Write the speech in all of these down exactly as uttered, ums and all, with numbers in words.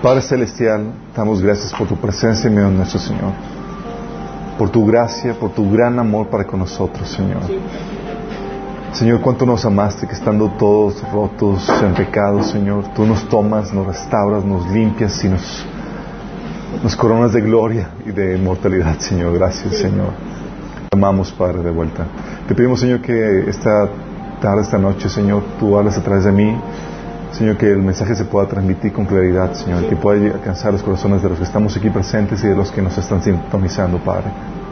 Padre Celestial, damos gracias por tu presencia en medio de nuestro Señor, por tu gracia, por tu gran amor para con nosotros, Señor. Señor, cuánto nos amaste, que estando todos rotos en pecado, Señor, tú nos tomas, nos restauras, nos limpias y nos, nos coronas de gloria y de inmortalidad, Señor. Gracias, Señor. Te amamos, Padre, de vuelta. Te pedimos, Señor, que esta tarde, esta noche, Señor, tú hables a través de mí, Señor, que el mensaje se pueda transmitir con claridad, Señor, que pueda alcanzar los corazones de los que estamos aquí presentes y de los que nos están sintonizando, Padre.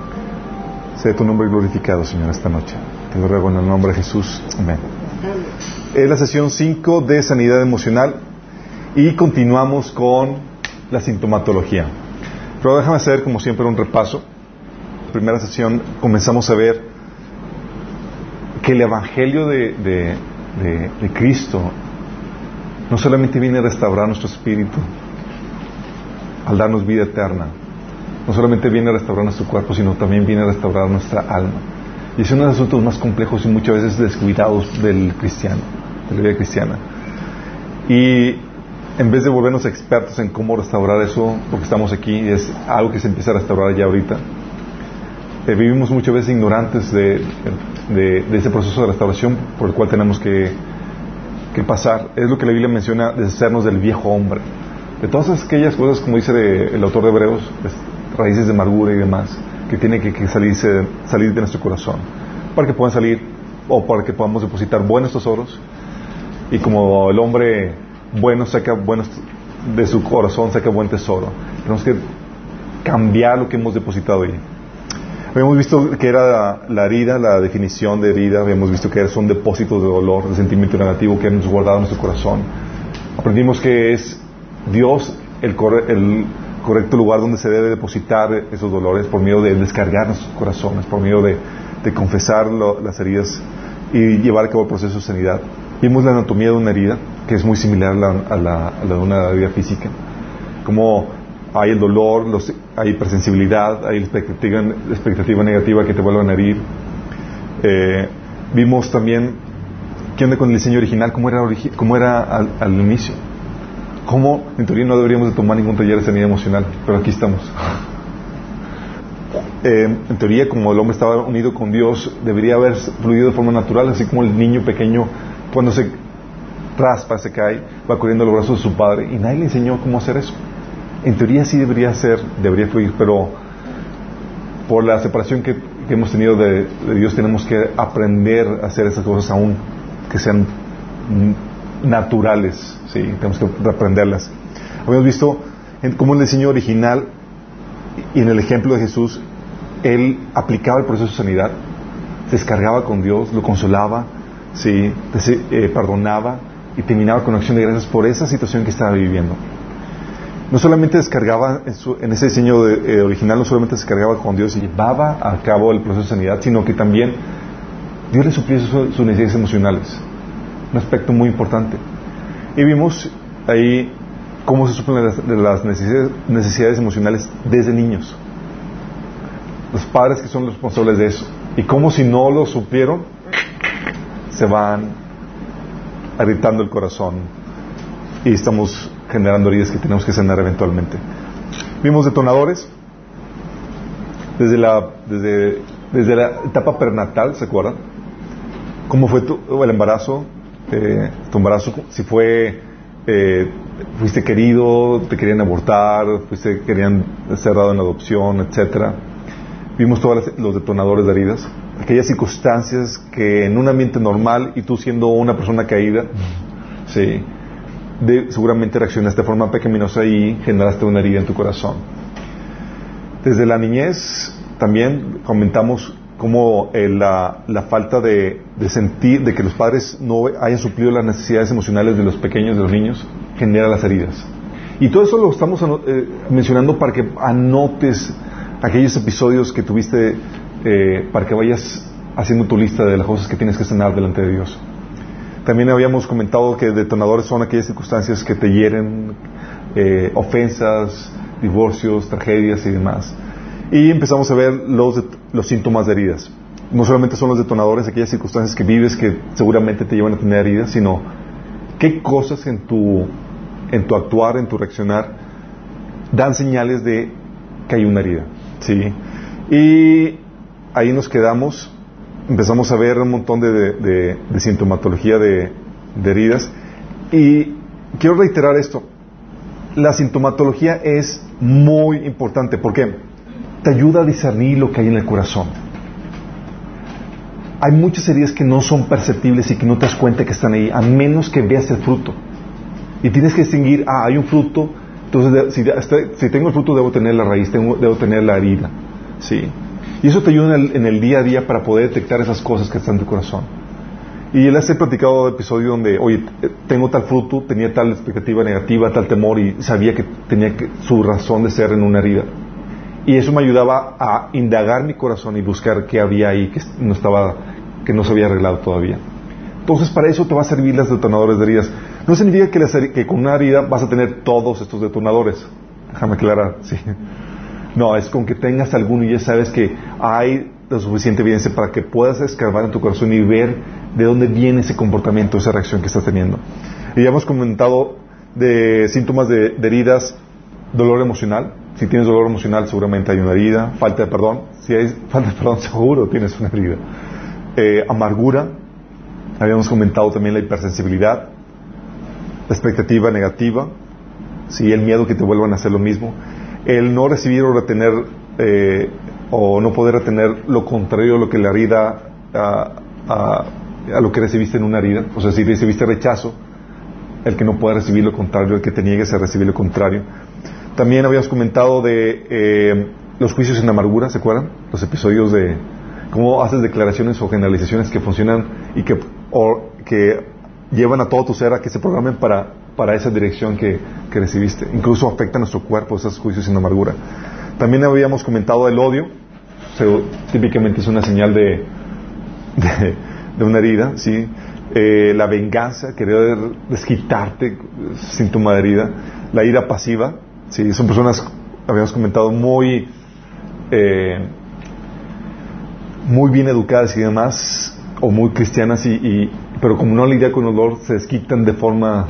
Sea tu nombre glorificado, Señor, esta noche. Te lo ruego en el nombre de Jesús. Amén. Es la sesión cinco de sanidad emocional y continuamos con la sintomatología. Pero déjame hacer, como siempre, un repaso. En la primera sesión comenzamos a ver que el Evangelio de, de, de, de Cristo no solamente viene a restaurar nuestro espíritu al darnos vida eterna, no solamente viene a restaurar nuestro cuerpo, sino también viene a restaurar nuestra alma. Y es uno de los asuntos más complejos y muchas veces descuidados del cristiano, de la vida cristiana. Y en vez de volvernos expertos en cómo restaurar eso, porque estamos aquí, es algo que se empieza a restaurar ya ahorita, eh, vivimos muchas veces ignorantes de, de, de ese proceso de restauración por el cual tenemos que, que pasar. Es lo que la Biblia menciona, deshacernos del viejo hombre, de todas aquellas cosas, como dice de, el autor de Hebreos, raíces de amargura y demás, que tiene que, que salirse, salir de nuestro corazón, para que puedan salir, o para que podamos depositar buenos tesoros. Y como el hombre bueno saca buenos de su corazón, saca buen tesoro, tenemos que cambiar lo que hemos depositado ahí. Habíamos visto que era la herida, la definición de herida. Habíamos visto que son depósitos de dolor, de sentimiento negativo que hemos guardado en nuestro corazón. Aprendimos que es Dios el, corre, el correcto lugar donde se debe depositar esos dolores, por medio de descargar nuestros corazones, por medio de, de confesar lo, las heridas y llevar a cabo el proceso de sanidad. Vimos la anatomía de una herida, que es muy similar a la, a la, a la de una herida física. Como hay el dolor, los, hay hipersensibilidad, hay la expectativa, expectativa negativa que te vuelvan a herir. Eh, vimos también qué onda con el diseño original, cómo era, origi cómo era al, al inicio. Cómo, en teoría, no deberíamos de tomar ningún taller de sanidad emocional, pero aquí estamos. Eh, en teoría, como el hombre estaba unido con Dios, debería haber fluido de forma natural, así como el niño pequeño, cuando se raspa, se cae, va corriendo a los brazos de su padre, y nadie le enseñó cómo hacer eso. En teoría sí debería ser, debería fluir, pero por la separación que, que hemos tenido de, de Dios, tenemos que aprender a hacer esas cosas aún que sean naturales, sí, tenemos que aprenderlas. Habíamos visto en, cómo en el diseño original y en el ejemplo de Jesús, Él aplicaba el proceso de sanidad, se descargaba con Dios, lo consolaba, sí, eh, perdonaba y terminaba con acción de gracias por esa situación que estaba viviendo. No solamente descargaba en, su, en ese diseño de, eh, original, no solamente descargaba con Dios y llevaba a cabo el proceso de sanidad, sino que también Dios le suplía sus, sus necesidades emocionales. Un aspecto muy importante. Y vimos ahí cómo se suplen las, las necesidades, necesidades emocionales desde niños. Los padres que son los responsables de eso. Y cómo si no lo supieron, se van agrietando el corazón y estamos generando heridas que tenemos que sanar eventualmente. Vimos detonadores desde la, desde, desde la etapa prenatal, ¿se acuerdan? ¿Cómo fue tu, el embarazo? Eh, tu embarazo, si fue eh, fuiste querido, te querían abortar, fuiste, querían ser dado en adopción, etcétera. Vimos todos los detonadores de heridas, aquellas circunstancias que en un ambiente normal y tú siendo una persona caída, sí, de, seguramente reaccionaste de forma pecaminosa y generaste una herida en tu corazón. Desde la niñez también comentamos cómo eh, la, la falta de, de sentir, de que los padres no hayan suplido las necesidades emocionales de los pequeños, de los niños, genera las heridas. Y todo eso lo estamos eh, mencionando para que anotes aquellos episodios que tuviste, eh, para que vayas haciendo tu lista de las cosas que tienes que sanar delante de Dios. También habíamos comentado que detonadores son aquellas circunstancias que te hieren, eh, ofensas, divorcios, tragedias y demás. Y empezamos a ver los, los síntomas de heridas. No solamente son los detonadores, aquellas circunstancias que vives que seguramente te llevan a tener heridas, sino qué cosas en tu, en tu actuar, en tu reaccionar, dan señales de que hay una herida, ¿sí? Y ahí nos quedamos, empezamos a ver un montón de, de, de, de sintomatología de, de heridas. Y quiero reiterar esto: la sintomatología es muy importante. ¿Por qué? Te ayuda a discernir lo que hay en el corazón. Hay muchas heridas que no son perceptibles y que no te das cuenta que están ahí, a menos que veas el fruto. Y tienes que distinguir: ah, hay un fruto, entonces si, si tengo el fruto debo tener la raíz, tengo, debo tener la herida, ¿sí? Y eso te ayuda en el, en el día a día para poder detectar esas cosas que están en tu corazón. Y les he platicado de episodio donde, oye, tengo tal fruto, tenía tal expectativa negativa, tal temor, y sabía que tenía que, su razón de ser en una herida. Y eso me ayudaba a indagar mi corazón y buscar qué había ahí que no estaba, que no se había arreglado todavía. Entonces, para eso te va a servir los detonadores de heridas. No significa que, las, que con una herida vas a tener todos estos detonadores. Déjame aclarar, sí. No, es con que tengas alguno y ya sabes que hay la suficiente evidencia para que puedas escarbar en tu corazón y ver de dónde viene ese comportamiento, esa reacción que estás teniendo. Y ya hemos comentado de síntomas de, de heridas: dolor emocional. Si tienes dolor emocional, seguramente hay una herida. Falta de perdón. Si hay falta de perdón, seguro tienes una herida. Eh, amargura. Habíamos comentado también la hipersensibilidad. La expectativa negativa. Sí, el miedo que te vuelvan a hacer lo mismo. El no recibir o retener eh, o no poder retener lo contrario a lo que la herida a, a, a lo que recibiste en una herida. O sea, si recibiste rechazo, el que no pueda recibir lo contrario, el que te niegues a recibir lo contrario. También habíamos comentado de eh, los juicios en amargura, ¿se acuerdan? Los episodios de cómo haces declaraciones o generalizaciones que funcionan y que, o, que llevan a todo tu ser a que se programen para, para esa dirección que, que recibiste. Incluso afecta a nuestro cuerpo esos juicios en amargura. También habíamos comentado el odio. O sea, típicamente es una señal de, de, de una herida, ¿sí? Eh, la venganza, querer desquitarte, síntoma de herida. La ira pasiva, ¿sí? Son personas, habíamos comentado, muy eh, muy bien educadas y demás, o muy cristianas, y, y pero como no lidian con el dolor, se desquitan de forma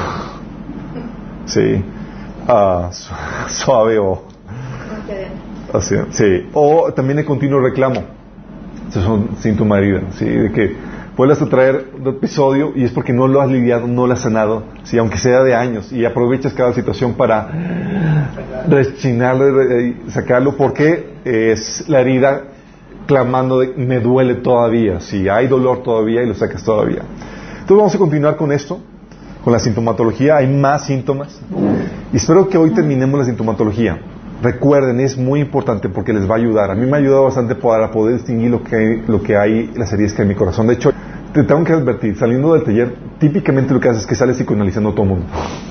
sí uh, suave o así, sí. O también el continuo reclamo. Eso es un síntoma de herida, ¿sí? De que vuelves a traer un episodio y es porque no lo has lidiado, no lo has sanado, ¿sí? Aunque sea de años, y aprovechas cada situación para rechinarle, sacarlo, porque es la herida clamando de, me duele todavía, si hay dolor todavía, y lo sacas todavía. Entonces vamos a continuar con esto, con la sintomatología. Hay más síntomas y espero que hoy terminemos la sintomatología. Recuerden, es muy importante porque les va a ayudar. A mí me ha ayudado bastante para poder distinguir lo que hay, lo que hay, las heridas que hay en mi corazón. De hecho, te tengo que advertir, saliendo del taller, típicamente lo que haces es que sales psicoanalizando a todo el mundo.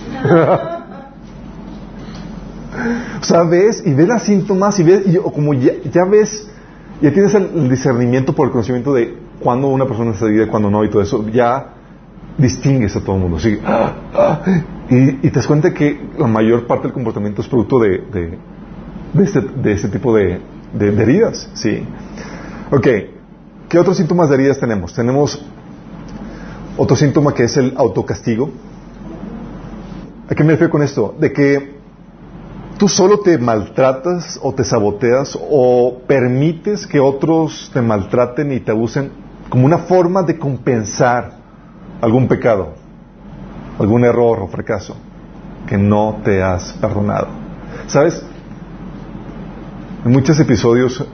O sea, ves y ves las síntomas y ves, y, o como ya, ya ves, ya tienes el discernimiento por el conocimiento de cuándo una persona está herida y cuándo no, y todo eso, ya distingues a todo el mundo, ¿sí? y, y te das cuenta que la mayor parte del comportamiento es producto de, de, de, este, de este tipo de, de, de heridas, ¿sí? Ok, ¿qué otros síntomas de heridas tenemos? Tenemos otro síntoma que es el autocastigo. ¿A qué me refiero con esto? De que tú solo te maltratas o te saboteas o permites que otros te maltraten y te abusen como una forma de compensar algún pecado, algún error o fracaso que no te has perdonado. ¿Sabes? En muchos episodios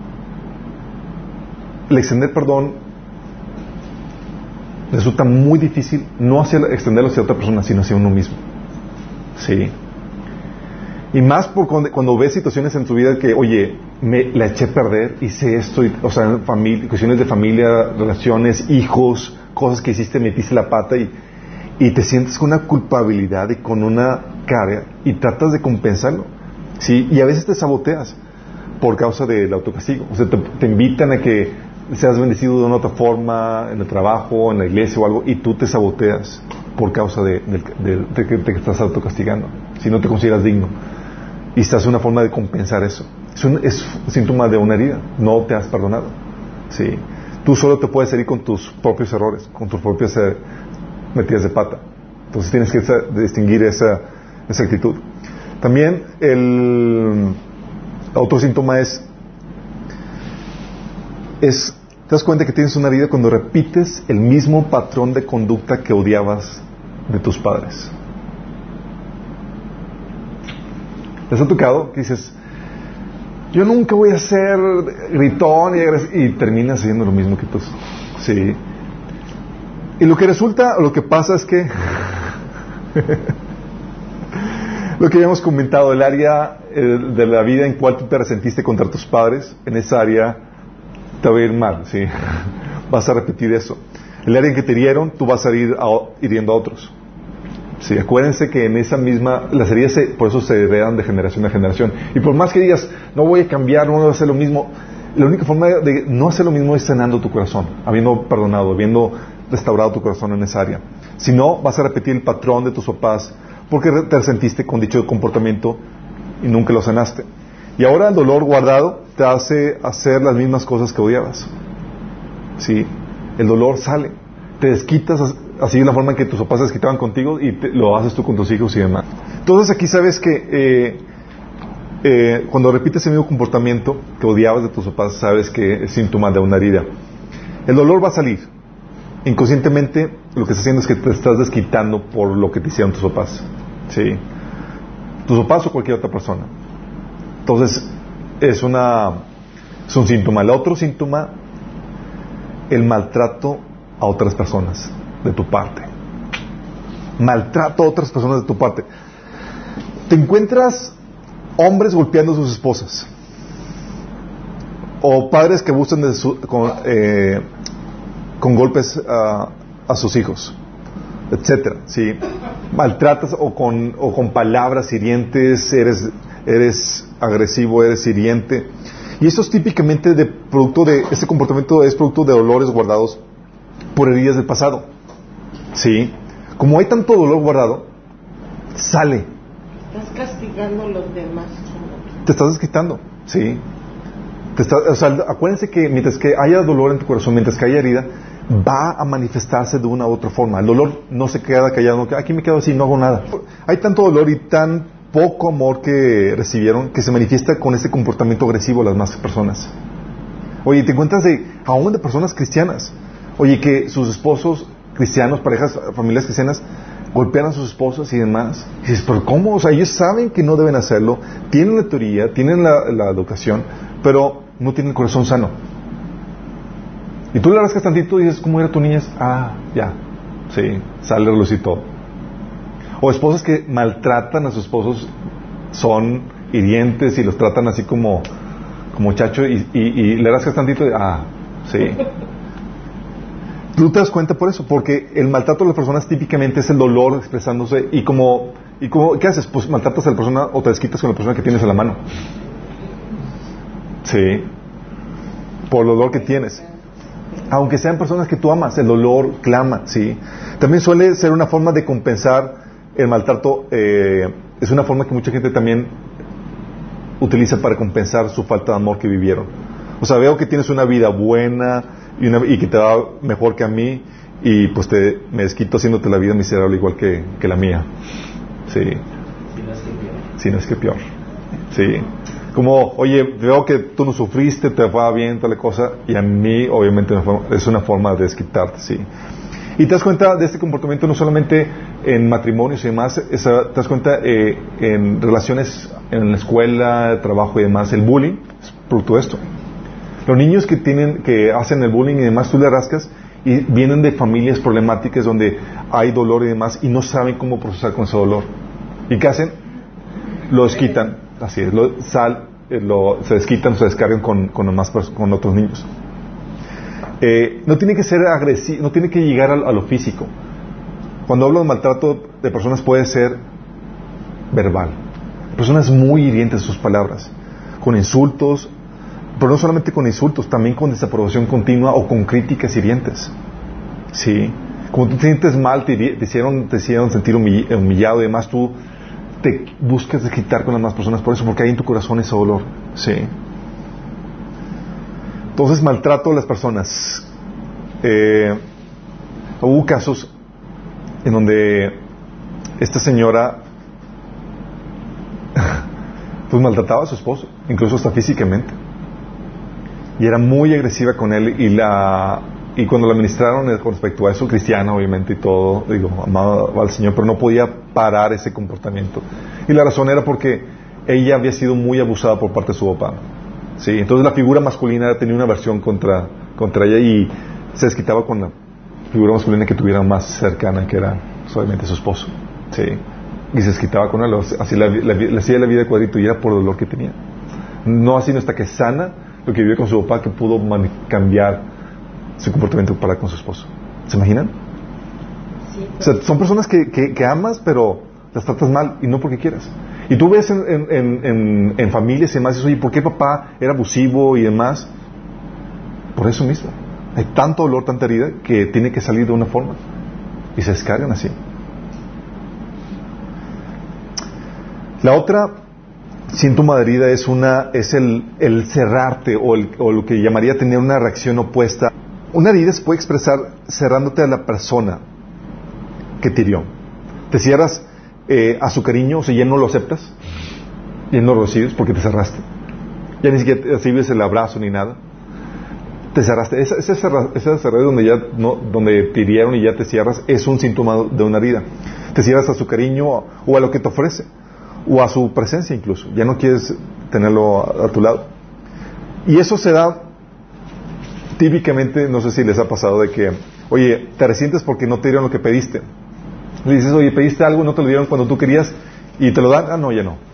el extender perdón resulta muy difícil, no hacia extenderlo hacia otra persona, sino hacia uno mismo. Sí. Y más por cuando, cuando ves situaciones en tu vida que, oye, me la eché a perder, hice esto, y, o sea, familia, cuestiones de familia, relaciones, hijos, cosas que hiciste, metiste la pata y, y te sientes con una culpabilidad y con una carga y tratas de compensarlo, ¿sí? Y a veces te saboteas por causa del autocastigo. O sea, te, te invitan a que seas bendecido de una otra forma, en el trabajo, en la iglesia o algo, y tú te saboteas por causa de, de, de, de, de que te estás autocastigando, si no te consideras digno. Y estás en una forma de compensar eso. Es un, es un síntoma de una herida. No te has perdonado. ¿Sí? Tú solo te puedes herir con tus propios errores, con tus propias eh, metidas de pata. Entonces tienes que esa, distinguir esa, esa actitud. También el otro síntoma es, es, te das cuenta que tienes una herida cuando repites el mismo patrón de conducta que odiabas de tus padres. ¿Les ha tocado que dices, yo nunca voy a ser gritón y agresivo, y terminas haciendo lo mismo que tú? Sí. Y lo que resulta, lo que pasa es que lo que ya hemos comentado, el área eh, de la vida en cual tú te resentiste contra tus padres, en esa área te va a ir mal, ¿sí? Vas a repetir eso. El área en que te hirieron, tú vas a ir a, hiriendo a otros. Sí, acuérdense que en esa misma, las heridas se, por eso se heredan de generación a generación. Y por más que digas, no voy a cambiar, no voy a hacer lo mismo, la única forma de no hacer lo mismo es sanando tu corazón, habiendo perdonado, habiendo restaurado tu corazón en esa área. Si no, vas a repetir el patrón de tus papás, porque te resentiste con dicho comportamiento y nunca lo sanaste. Y ahora el dolor guardado te hace hacer las mismas cosas que odiabas. Sí, el dolor sale, te desquitas así de la forma en que tus papás se desquitaban contigo y te, lo haces tú con tus hijos y demás. Entonces aquí sabes que eh, eh, cuando repites ese mismo comportamiento que odiabas de tus papás, sabes que es síntoma de una herida. El dolor va a salir. Inconscientemente lo que estás haciendo es que te estás desquitando por lo que te hicieron tus papás. ¿Sí? Tus papás o cualquier otra persona. Entonces es una es un síntoma. El otro síntoma, el maltrato a otras personas de tu parte. Maltrato a otras personas de tu parte. Te encuentras hombres golpeando a sus esposas, o padres que abusan de su, con, eh, con golpes a, a sus hijos, etcétera. ¿Sí? Maltratas o con, o con palabras hirientes, eres, eres agresivo, eres hiriente. Y esto es típicamente de producto de, este comportamiento es producto de dolores guardados por heridas del pasado. ¿Sí? Como hay tanto dolor guardado, sale. Estás castigando a los demás. Te estás desquitando. ¿Sí? Te está, o sea, acuérdense que mientras que haya dolor en tu corazón, mientras que haya herida, va a manifestarse de una u otra forma. El dolor no se queda callado, no, aquí me quedo así, no hago nada. Hay tanto dolor y tan poco amor que recibieron que se manifiesta con ese comportamiento agresivo a las demás personas. Oye, te encuentras de, aún de personas cristianas, oye, que sus esposos cristianos, parejas, familias cristianas, golpean a sus esposas y demás. Y dices, pero ¿cómo? O sea, ellos saben que no deben hacerlo, tienen la teoría, tienen la, la educación, pero no tienen el corazón sano. Y tú le rascas tantito y dices, ¿cómo era tu niña? Ah, ya, sí, sale luz y todo. O esposas que maltratan a sus esposos, son hirientes y los tratan así como, como chacho y, y, y le rascas tantito y, ah, sí. Tú te das cuenta por eso, porque el maltrato de las personas típicamente es el dolor expresándose y como, y como ¿qué haces? Pues maltratas a la persona o te desquitas con la persona que tienes a la mano. Sí. Por el dolor que tienes. Aunque sean personas que tú amas, el dolor clama, ¿sí? También suele ser una forma de compensar el maltrato, eh, es una forma que mucha gente también utiliza para compensar su falta de amor que vivieron. O sea, veo que tienes una vida buena y, una, y que te va mejor que a mí y pues te, me desquito haciéndote la vida miserable igual que, que la mía. Sí. Si no es que peor. Si no es que peor. Sí. Como, oye, veo que tú no sufriste, te va bien, tal cosa, y a mí, obviamente, es una forma de desquitarte, sí. Y te das cuenta de este comportamiento no solamente en matrimonios y demás, esa, te das cuenta eh, en relaciones en la escuela, trabajo y demás, el bullying es producto de esto. Los niños que tienen, que hacen el bullying y demás, tú le rascas y vienen de familias problemáticas donde hay dolor y demás y no saben cómo procesar con ese dolor. ¿Y qué hacen? Lo desquitan, así es, lo, sal, eh, lo, se desquitan, se descargan con, con, más, con otros niños. Eh, no tiene que ser agresivo, no tiene que llegar a, a lo físico. Cuando hablo de maltrato de personas puede ser verbal. Personas muy hirientes en sus palabras, con insultos, pero no solamente con insultos, también con desaprobación continua o con críticas hirientes. Sí. Como tú te sientes mal, te, te hicieron, te hicieron sentir humillado y demás, tú te buscas desquitar con las demás personas por eso, porque hay en tu corazón ese dolor. Sí. Entonces, maltrato a las personas. Eh, hubo casos en donde esta señora pues maltrataba a su esposo, incluso hasta físicamente. Y era muy agresiva con él, y la y cuando la ministraron con respecto a eso, cristiana obviamente y todo, digo, amaba al Señor, pero no podía parar ese comportamiento. Y la razón era porque ella había sido muy abusada por parte de su papá. Sí, entonces la figura masculina tenía una aversión contra, contra ella, y se desquitaba con la figura masculina que tuviera más cercana, que era obviamente su esposo. Sí, y se desquitaba con él, así la, la, le hacía la vida de cuadrito, y era por el dolor que tenía. No así, no hasta que sana lo que vivió con su papá, que pudo man- cambiar su comportamiento para con su esposo. ¿Se imaginan? Sí, O sea, son personas que, que, que amas, pero las tratas mal, y no porque quieras. Y tú ves en, en, en, en familias y demás, y dices, oye, ¿por qué papá era abusivo y demás? Por eso mismo. Hay tanto dolor, tanta herida, que tiene que salir de una forma, y se descargan así. La otra síntoma de herida es una es el, el cerrarte, o, el, o lo que llamaría tener una reacción opuesta. Una herida se puede expresar cerrándote a la persona que te hirió. Te cierras eh, a su cariño, o sea, ya no lo aceptas, ya no lo recibes porque te cerraste. Ya ni siquiera recibes el abrazo ni nada. Te cerraste. Esa, esa, cerra, esa cerradura donde ya no, donde te hirieron y ya te cierras, es un síntoma de una herida. Te cierras a su cariño o a lo que te ofrece, o a su presencia incluso. Ya no quieres tenerlo a, a tu lado. Y eso se da típicamente, no sé si les ha pasado, de que, oye, te resientes porque no te dieron lo que pediste. Le dices, oye, pediste algo, no te lo dieron cuando tú querías, y te lo dan, ah, no, ya no.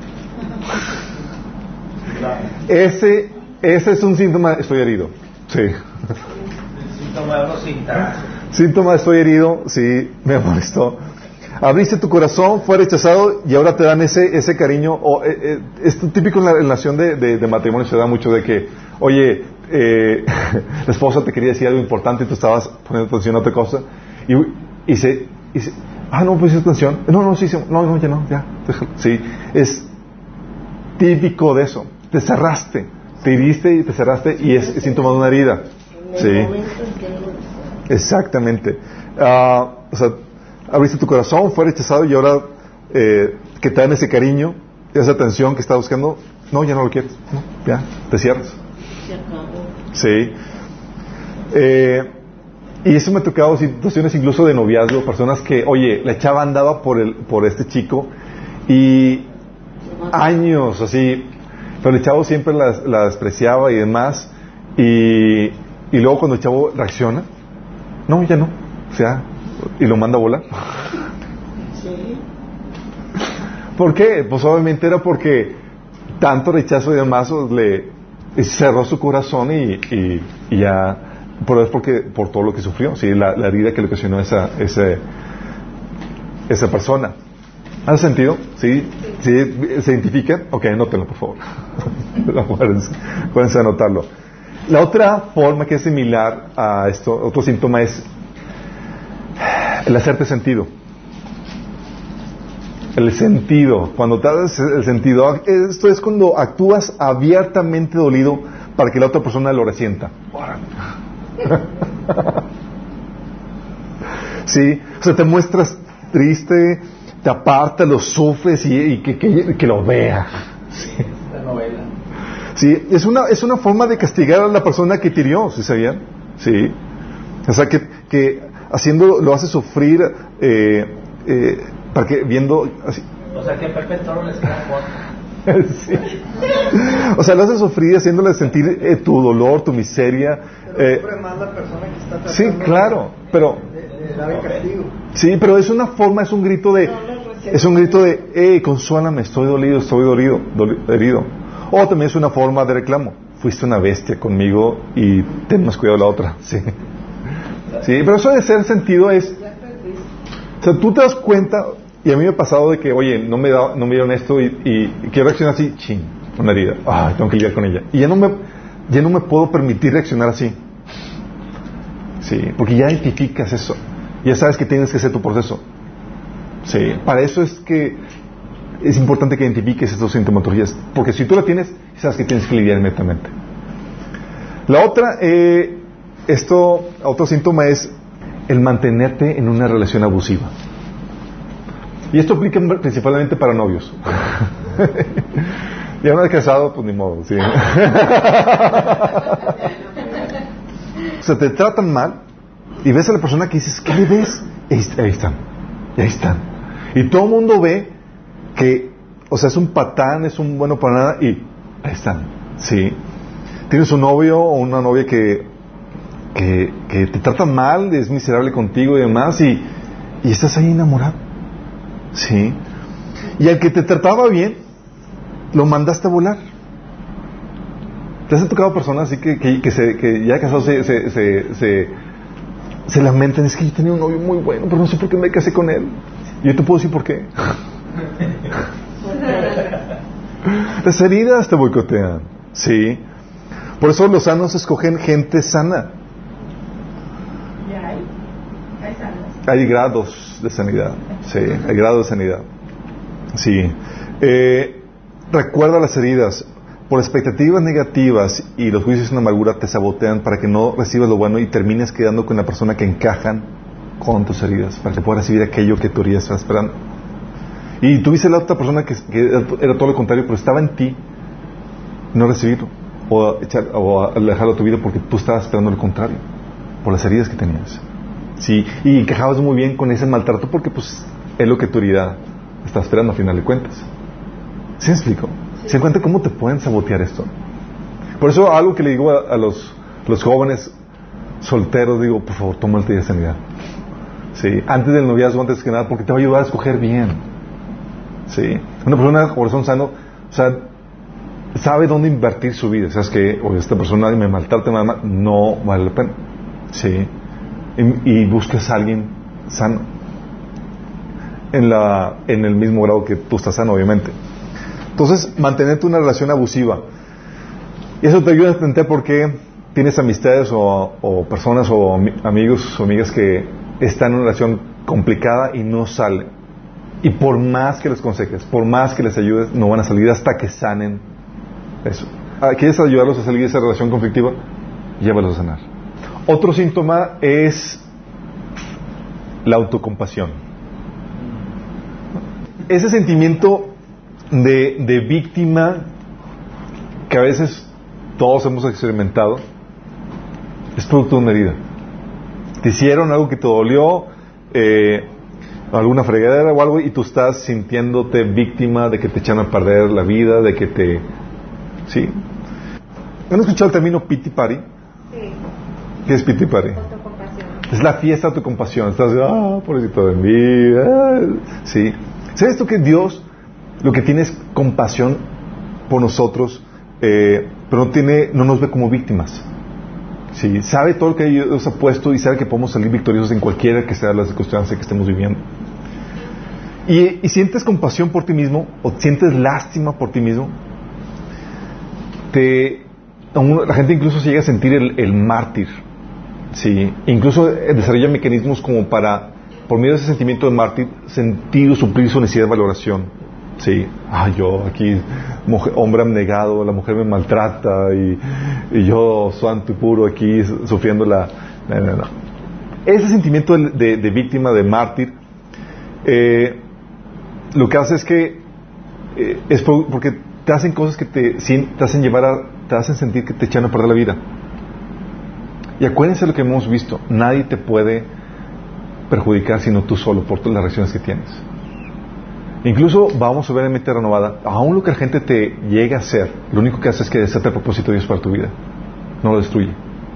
Ese, ese es un síntoma, estoy herido. Sí. Síntoma de rosita. Síntoma, estoy herido, sí, me molestó. Abriste tu corazón, fue rechazado, y ahora te dan ese ese cariño. O, eh, eh, es típico en la relación de, de, de matrimonio, se da mucho de que, oye, eh, la esposa te quería decir algo importante y tú estabas poniendo atención a otra cosa, y, y, se, y se, ah, no, pues atención, no, no, sí, sí, no, no, ya no, ya, déjalo. Sí, es típico de eso, te cerraste, te hiriste y te cerraste, y es, es síntoma de una herida. Sí, exactamente. Uh, o sea, abriste tu corazón, fue rechazado, y ahora eh, que te dan ese cariño, esa atención que estás buscando, no, ya no lo quieres, no, ya, te cierras. Se acabó. Sí. Eh, y eso me ha tocado situaciones incluso de noviazgo, personas que, oye, la chava andaba por el por este chico, y años así, pero el chavo siempre la, la despreciaba y demás, y, y luego cuando el chavo reacciona, no, ya no, o sea, y lo manda a volar. Sí. ¿Por qué? Pues obviamente era porque tanto rechazo y demás le cerró su corazón, y, y, y ya, pero es porque por todo lo que sufrió, sí, la, la herida que le ocasionó esa ese, esa persona. ¿Hace sentido? ¿Sí? ¿Sí? ¿Se identifican? Ok, anótenlo, por favor. Pueden anotarlo. La otra forma que es similar a esto, otro síntoma, es el hacerte sentido. El sentido. Cuando te das el sentido, esto es cuando actúas abiertamente dolido para que la otra persona lo resienta. Sí, o sea, te muestras triste, te apartas, lo sufres, y, y que, que, que lo vea. Sí. La novela. Sí, es una, es una forma de castigar a la persona que te hirió, ¿sí sabían? Sí. O sea, que, que haciendo, lo hace sufrir, eh, eh, para que viendo así. O sea, que Pepe Toro les queda corto. Sí. O sea, lo hace sufrir, haciéndole sentir eh, tu dolor, tu miseria. Eh, más la persona que está tratando sí, claro, pero de, de dar el castigo. sí, pero es una forma, es un grito de, es un grito de, hey, consuélame, estoy dolido, estoy dolido, doli, herido. O también es una forma de reclamo. Fuiste una bestia conmigo y ten más cuidado la otra. Sí. Sí, pero eso de ser sentido es, o sea, tú te das cuenta, y a mí me ha pasado de que, oye, no me da, no me dieron esto, y, y, y quiero reaccionar así, ching, una herida, ay, tengo que lidiar con ella, y ya no me, ya no me puedo permitir reaccionar así. Sí, porque ya identificas eso, ya sabes que tienes que hacer tu proceso. Sí, para eso es que es importante que identifiques estas sintomatologías, porque si tú la tienes, sabes que tienes que lidiar inmediatamente. La otra, eh, esto, otro síntoma es el mantenerte en una relación abusiva. Y esto aplica principalmente para novios. Ya una vez casado, pues ni modo, sí. O sea, te tratan mal y ves a la persona que dices, ¿qué le ves? Ahí, ahí están, ahí están. Y todo el mundo ve que, o sea, es un patán, es un bueno para nada y ahí están, sí. Tienes un novio o una novia que, que, que te tratan mal, es miserable contigo y demás y, y estás ahí enamorado, sí. Y al que te trataba bien, lo mandaste a volar. ¿Te has tocado personas así que, que, que, se, que ya casados se, se, se, se, se lamentan? Es que yo tenía un novio muy bueno, pero no sé por qué me casé con él. Y yo te puedo decir por qué. Las heridas te boicotean, sí. Por eso los sanos escogen gente sana. Ya hay, hay sanos. Hay grados de sanidad, sí, hay grados de sanidad, sí. Eh, recuerda las heridas. Por expectativas negativas y los juicios en amargura te sabotean para que no recibas lo bueno y termines quedando con la persona que encajan con tus heridas, para que puedas recibir aquello que tu herida estaba esperando. Y tuviste la otra persona que, que era todo lo contrario, pero estaba en ti no recibirlo o, echar, o alejarlo de tu vida porque tú estabas esperando lo contrario, por las heridas que tenías. Sí, y encajabas muy bien con ese maltrato porque pues es lo que tu herida está esperando a final de cuentas. ¿Sí me explico? ¿Se dan cuenta cómo te pueden sabotear esto? Por eso algo que le digo a, a los, los jóvenes solteros, digo, por favor, toma el té de sanidad. Sí, antes del noviazgo, antes que nada, porque te va a ayudar a escoger bien. Sí, una persona de corazón sano, o sea, sabe dónde invertir su vida. ¿Sabes qué? O esta persona me maltrata, me mal, no vale la pena. Sí, y, y buscas a alguien sano en la en el mismo grado que tú estás sano, obviamente. Entonces, mantenerte una relación abusiva. Y eso te ayuda a entender por qué tienes amistades o, o personas o amigos o amigas que están en una relación complicada y no salen. Y por más que les aconsejes, por más que les ayudes, no van a salir hasta que sanen eso. ¿Quieres ayudarlos a salir de esa relación conflictiva? Llévalos a sanar. Otro síntoma es la autocompasión. Ese sentimiento de, de víctima que a veces todos hemos experimentado es producto de una herida. Te hicieron algo que te dolió, eh, alguna fregadera o algo, y tú estás sintiéndote víctima de que te echan a perder la vida, de que te... ¿Sí? ¿Han escuchado el término pity party? Sí. ¿Qué es pity party? Autocompasión. Es la fiesta de tu compasión. Estás, ah, pobrecito de mí. Ah. Sí. ¿Sabes tú que Dios lo que tiene es compasión por nosotros, eh, pero no tiene, no nos ve como víctimas? Sí, sabe todo lo que Dios ha puesto y sabe que podemos salir victoriosos en cualquiera que sea la circunstancia que estemos viviendo. Y, y sientes compasión por ti mismo o sientes lástima por ti mismo, te, la gente incluso se llega a sentir el, el mártir. Sí, incluso desarrolla mecanismos como para, por medio de ese sentimiento de mártir, sentir o suplir su necesidad de valoración. Sí, ah, yo aquí, mujer, hombre abnegado, la mujer me maltrata y, y yo, santo y puro, aquí sufriendo la... No, no, no. Ese sentimiento de, de, de víctima, de mártir, eh, lo que hace es que eh, es por, porque te hacen cosas que te, te hacen llevar a, te hacen sentir que te echan a perder la vida. Y acuérdense de lo que hemos visto, nadie te puede perjudicar sino tú solo por todas las reacciones que tienes. Incluso vamos a ver en Mente Renovada, aún lo que la gente te llega a hacer, lo único que hace es que desata el propósito de Dios para tu vida, no lo destruye.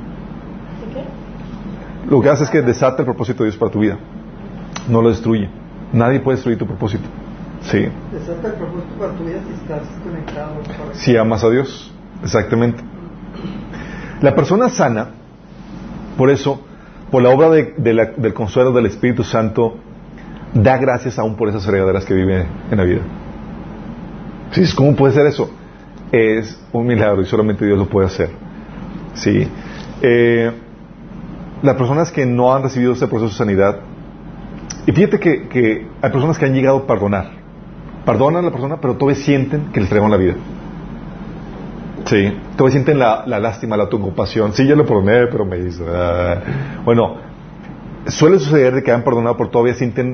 ¿Qué? Lo que hace es que desata el propósito de Dios para tu vida, no lo destruye. Nadie puede destruir tu propósito. Sí. Desata el propósito para tu vida si estás conectado. Si amas a Dios, exactamente. La persona sana, por eso, por la obra de, de la, del consuelo del Espíritu Santo, da gracias aún por esas fregaderas que vive en la vida. ¿Sí? ¿Cómo puede ser eso? Es un milagro y solamente Dios lo puede hacer. ¿Sí? Eh, las personas que no han recibido ese proceso de sanidad, y fíjate que, que hay personas que han llegado a perdonar. Perdonan a la persona, pero todavía sienten que les entregaron la vida. Sí, todavía sienten la, la lástima, la autocompasión. Sí, ya lo perdoné, pero me dice... Ah. Bueno, suele suceder de que han perdonado, pero todavía sienten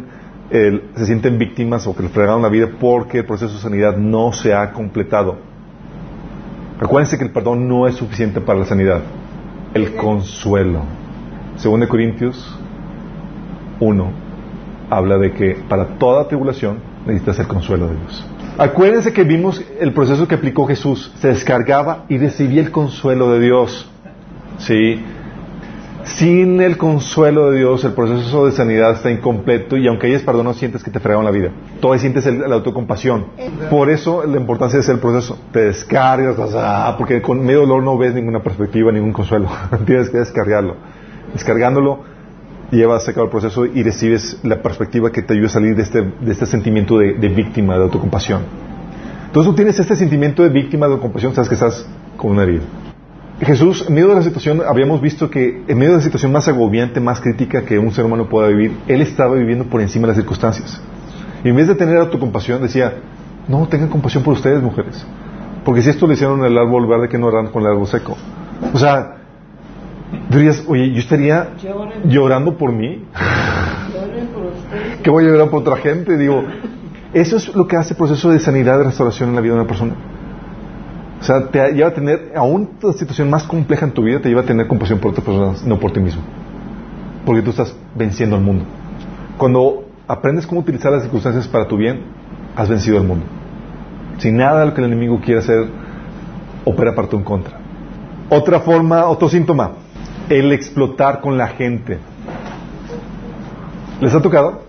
el, se sienten víctimas o que les fregaron la vida porque el proceso de sanidad no se ha completado. Acuérdense que el perdón no es suficiente para la sanidad. El consuelo. Según de Corintios uno, habla de que para toda tribulación necesitas el consuelo de Dios. Acuérdense que vimos el proceso que aplicó Jesús. Se descargaba y recibía el consuelo de Dios. ¿Sí? Sin el consuelo de Dios, el proceso de sanidad está incompleto, y aunque hayas perdón, no sientes que te fregaron la vida. Todavía sientes el, la autocompasión. Por eso la importancia de hacer el proceso. Te descargas, ah, porque con medio dolor no ves ninguna perspectiva, ningún consuelo. Tienes que descargarlo. Descargándolo, llevas a cabo el proceso y recibes la perspectiva que te ayuda a salir de este, de este sentimiento de, de víctima, de autocompasión. Entonces tú tienes este sentimiento de víctima, de autocompasión, sabes que estás con una herida. Jesús, en medio de la situación, habíamos visto que en medio de la situación más agobiante, más crítica que un ser humano pueda vivir, Él estaba viviendo por encima de las circunstancias. Y en vez de tener autocompasión, decía, no, tengan compasión por ustedes, mujeres. Porque si esto le hicieron el árbol verde, que no harán con el árbol seco. O sea, dirías, oye, yo estaría llorando por mí. ¿Qué voy a llorar por otra gente? Digo, eso es lo que hace el proceso de sanidad, de restauración en la vida de una persona. O sea, te lleva a tener, aún la situación más compleja en tu vida, te lleva a tener compasión por otras personas, no por ti mismo. Porque tú estás venciendo al mundo. Cuando aprendes cómo utilizar las circunstancias para tu bien, has vencido al mundo. Si nada de lo que el enemigo quiere hacer opera para tu en contra. Otra forma, otro síntoma, el explotar con la gente. ¿Les ha tocado?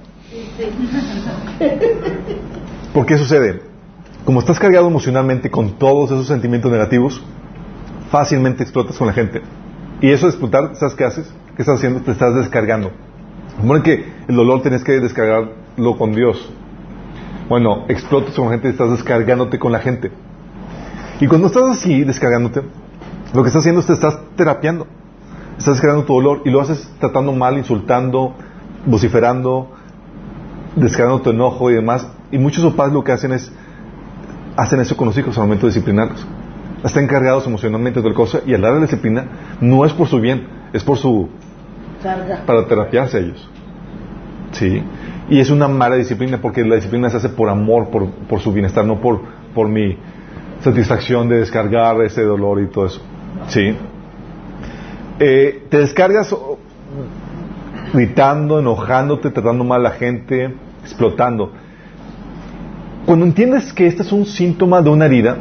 ¿Por qué sucede? Como estás cargado emocionalmente con todos esos sentimientos negativos, fácilmente explotas con la gente. Y eso de explotar, ¿sabes qué haces? ¿Qué estás haciendo? Te estás descargando. Supone que el dolor tienes que descargarlo con Dios. Bueno, explotas con la gente y estás descargándote con la gente. Y cuando estás así, descargándote, lo que estás haciendo es te estás terapiando. Estás descargando tu dolor y lo haces tratando mal, insultando, vociferando, descargando tu enojo y demás. Y muchos papás lo que hacen es hacen eso con los hijos al momento de disciplinarlos. Están encargados emocionalmente de otra cosa, y al dar la disciplina no es por su bien, es por su carga, para terapiarse a ellos. ¿Sí? Y es una mala disciplina, porque la disciplina se hace por amor, por, por su bienestar, no por, por mi satisfacción de descargar ese dolor y todo eso. ¿Sí? Eh, te descargas gritando, enojándote, tratando mal a la gente, explotando. Cuando entiendes que este es un síntoma de una herida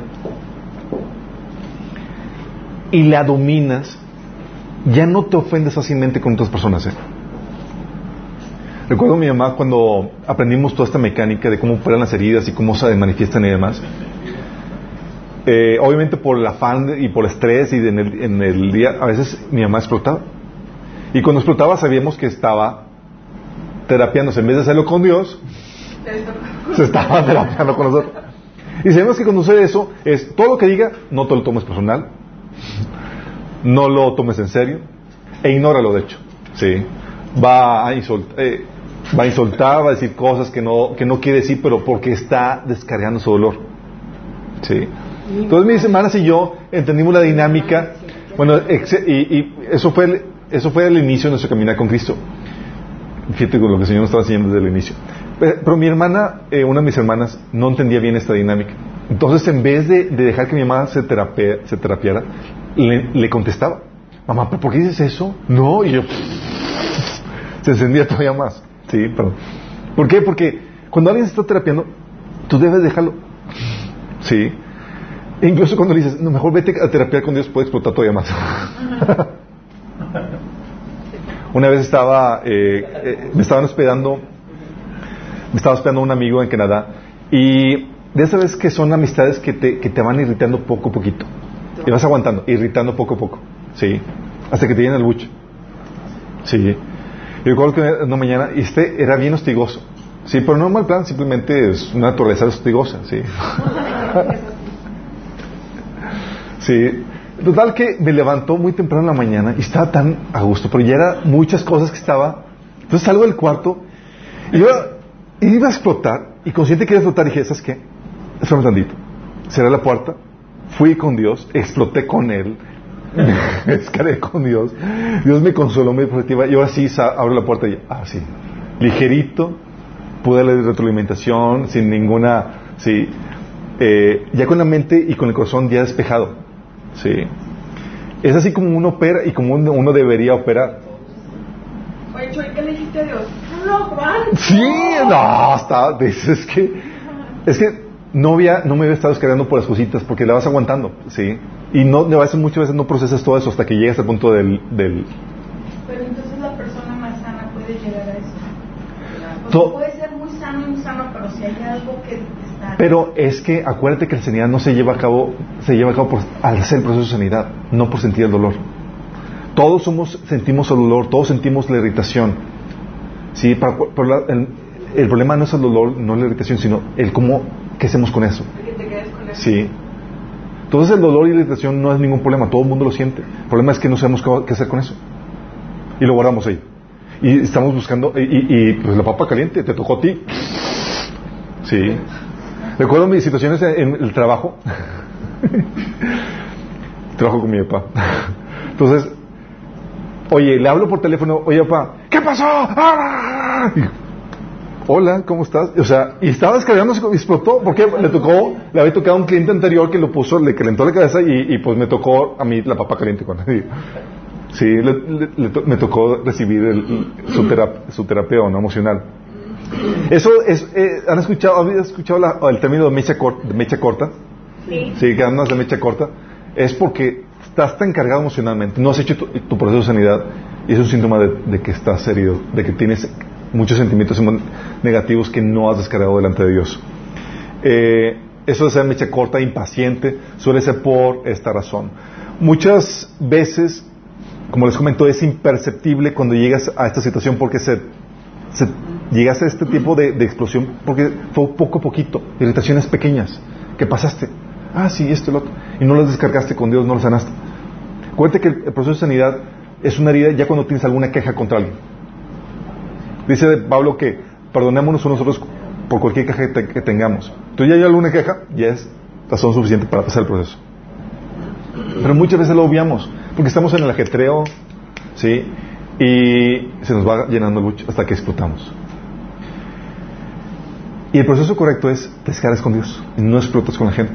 y la dominas, ya no te ofendes fácilmente con otras personas. ¿eh? Recuerdo a mi mamá cuando aprendimos toda esta mecánica de cómo operan las heridas y cómo se manifiestan y demás. Eh, obviamente por el afán y por el estrés y en el, en el día, a veces mi mamá explotaba. Y cuando explotaba sabíamos que estaba terapiándose. En vez de hacerlo con Dios, se estaba terapiando con nosotros. Y sabemos que cuando sucede eso, es todo lo que diga, no te lo tomes personal, no lo tomes en serio, e ignóralo de hecho. ¿Sí? Va a insultar, eh, va a insultar, va a decir cosas que no, que no quiere decir, pero porque está descargando su dolor. ¿Sí? Entonces mis hermanas y yo entendimos la dinámica. Bueno, y, y eso fue el, eso fue el inicio de nuestro caminar con Cristo. Fíjate con lo que el Señor nos estaba enseñando desde el inicio. Pero mi hermana, eh, una de mis hermanas, no entendía bien esta dinámica. Entonces, en vez de, de dejar que mi mamá se, terapia, se terapiara, le, le contestaba, mamá, ¿pero por qué dices eso? No, y yo, se encendía todavía más. Sí, perdón. ¿Por qué? Porque cuando alguien se está terapiando, tú debes dejarlo. Sí. E incluso cuando le dices, no, mejor vete a terapiar con Dios, puede explotar todavía más. Una vez estaba, eh, eh, me estaban hospedando, me estaba hospedando un amigo en Canadá, y de esas veces que son amistades que te, que te van irritando poco a poquito, y vas aguantando, irritando poco a poco, ¿sí? Hasta que te llena el buche, ¿sí? Y recuerdo que una mañana, y este era bien hostigoso, ¿sí? Pero no mal plan, simplemente es una naturaleza hostigosa, ¿sí? Sí. Total que me levantó muy temprano en la mañana y estaba tan a gusto, pero ya eran muchas cosas que estaba. Entonces salgo del cuarto y iba, iba a explotar, y consciente que iba a explotar dije, ¿sabes qué? Espérame tantito. Cerré la puerta, fui con Dios, exploté con Él, me descargué con Dios. Dios me consoló, me dio perspectiva, y ahora sí abro la puerta y ah, sí, ligerito, puede la retroalimentación sin ninguna, sí, eh, ya con la mente y con el corazón ya despejado, sí. Es así como uno opera y como uno, uno debería operar. Oye, Choy, ¿qué le dijiste a Dios? No, Juan. Sí, no, está, es que, es que no había, no me había estado descargando por las cositas porque la vas aguantando, sí. Y no, a veces, muchas veces no procesas todo eso hasta que llegas al punto del, del Pero entonces la persona más sana puede llegar a eso. Porque To- puede ser muy sano y muy sano, pero si hay algo que está... Pero es que acuérdate que la sanidad no se lleva a cabo, se lleva a cabo por, al hacer el proceso de sanidad, no por sentir el dolor. Todos somos, sentimos el dolor, todos sentimos la irritación. Sí, para, para la, el, el problema no es el dolor, no es la irritación, sino el cómo, qué hacemos con eso. Que te quedes con eso. Sí. Entonces el dolor y la irritación no es ningún problema, todo el mundo lo siente. El problema es que no sabemos qué, qué hacer con eso. Y lo guardamos ahí. Y estamos buscando, y, y, y pues la papa caliente, te tocó a ti. Sí. Recuerdo mis situaciones en, en el trabajo. Trabajo con mi papá. Entonces, oye, le hablo por teléfono, oye papá, ¿qué pasó? ¡Ah! Y, hola, ¿cómo estás? O sea, y estaba descargándose y explotó, porque le tocó, le había tocado a un cliente anterior que lo puso, le calentó la cabeza y, y pues me tocó a mí la papa caliente con él. Sí, le, le, le to, me tocó recibir el, su, terap, su terapia no emocional. Eso es, eh, ¿han escuchado, ¿han escuchado la, el término de mecha, cor, de mecha corta? Sí. Sí, que andas de mecha corta. Es porque estás tan cargado emocionalmente, no has hecho tu, tu proceso de sanidad y es un síntoma de, de que estás herido, de que tienes muchos sentimientos negativos que no has descargado delante de Dios. Eh, eso de ser mecha corta, impaciente, suele ser por esta razón. Muchas veces, como les comento, es imperceptible cuando llegas a esta situación porque se, se llegas a este tipo de, de explosión porque fue poco a poquito, irritaciones pequeñas que pasaste. Ah, sí, esto y lo otro. Y no las descargaste con Dios, no las sanaste. Acuérdate que el, el proceso de sanidad es una herida ya cuando tienes alguna queja contra alguien. Dice Pablo que perdonémonos unos a otros por cualquier queja que, te, que tengamos. Entonces ya hay alguna queja, ya es razón suficiente para pasar el proceso. Pero muchas veces lo obviamos porque estamos en el ajetreo, ¿sí? Y se nos va llenando el buche hasta que explotamos. Y el proceso correcto es te descargas con Dios y no explotas con la gente.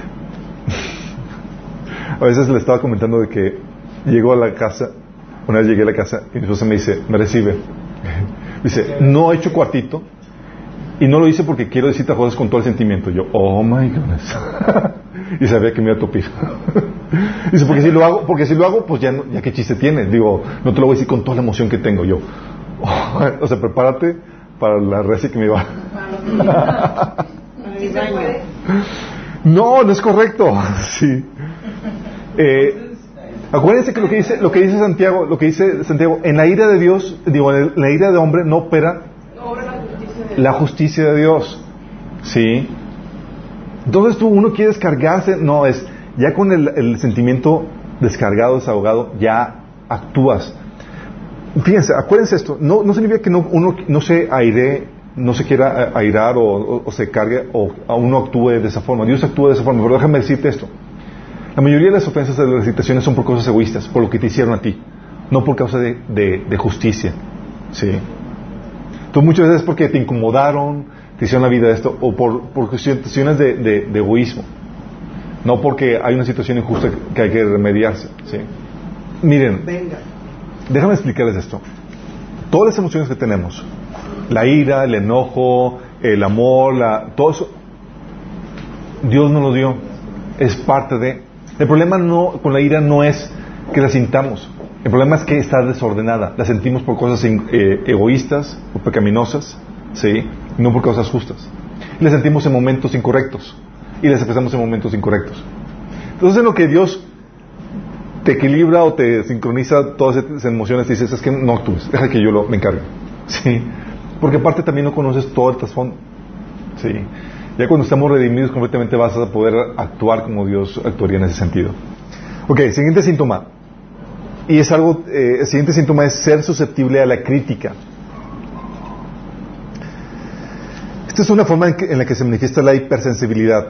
A veces le estaba comentando de que llego a la casa, una vez llegué a la casa y mi esposa me dice, me recibe. Dice, no he hecho cuartito y no lo hice porque quiero decirte cosas con todo el sentimiento. Yo, oh my goodness. Y sabía que me iba a topir. Dice, porque si lo hago, porque si lo hago, pues ya, no, ya qué chiste tiene. Digo, no te lo voy a decir con toda la emoción que tengo yo. Oh, o sea, prepárate para la reci que me va. ¿Sí se puede? No, no es correcto. Sí. Eh, acuérdense que lo que dice, lo que dice Santiago, lo que dice Santiago, en la ira de Dios, digo, en la ira de hombre no opera No obra la justicia de Dios. la justicia de Dios. Sí. Entonces tú, uno quiere descargarse, no, es ya con el, el sentimiento descargado, desahogado, ya actúas. Fíjense, acuérdense esto, no, no significa que no, uno no se aire, no se quiera airar o, o, o se cargue o a uno actúe de esa forma. Dios actúa de esa forma, pero déjame decirte esto. La mayoría de las ofensas de las irritaciones son por cosas egoístas, por lo que te hicieron a ti, no por causa de, de, de justicia. ¿Sí? Entonces muchas veces es porque te incomodaron, te hicieron la vida de esto, o por, por situaciones de, de, de egoísmo, no porque hay una situación injusta que hay que remediarse. ¿Sí? Miren, Venga. déjame explicarles esto. Todas las emociones que tenemos, la ira, el enojo, el amor, la, todo eso, Dios nos lo dio, es parte de... El problema no, con la ira no es que la sintamos, el problema es que está desordenada, la sentimos por cosas eh, egoístas o pecaminosas, ¿sí? No por cosas justas. Y la sentimos en momentos incorrectos y las expresamos en momentos incorrectos. Entonces, en lo que Dios te equilibra o te sincroniza todas esas emociones, dices, es que no actúes, deja que yo lo, me encargue, ¿sí? Porque aparte también no conoces todo el trasfondo, ¿sí? Ya cuando estamos redimidos completamente vas a poder actuar como Dios actuaría en ese sentido. Ok, siguiente síntoma. Y es algo, eh, el siguiente síntoma es ser susceptible a la crítica. Esta es una forma en, que, en la que se manifiesta la hipersensibilidad.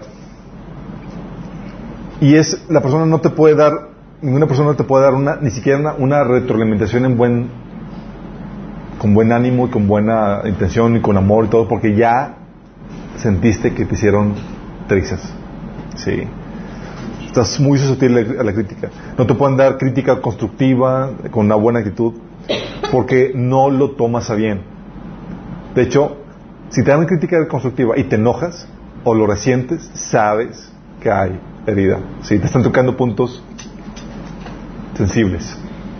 Y es, la persona no te puede dar, ninguna persona no te puede dar una, ni siquiera una, una retroalimentación en buen con buen ánimo y con buena intención y con amor y todo, porque ya sentiste que te hicieron trizas. Sí. Estás muy susceptible a la crítica. No te pueden dar crítica constructiva con una buena actitud porque no lo tomas a bien. De hecho, si te dan crítica constructiva y te enojas o lo resientes, sabes que hay herida. Sí, te están tocando puntos sensibles.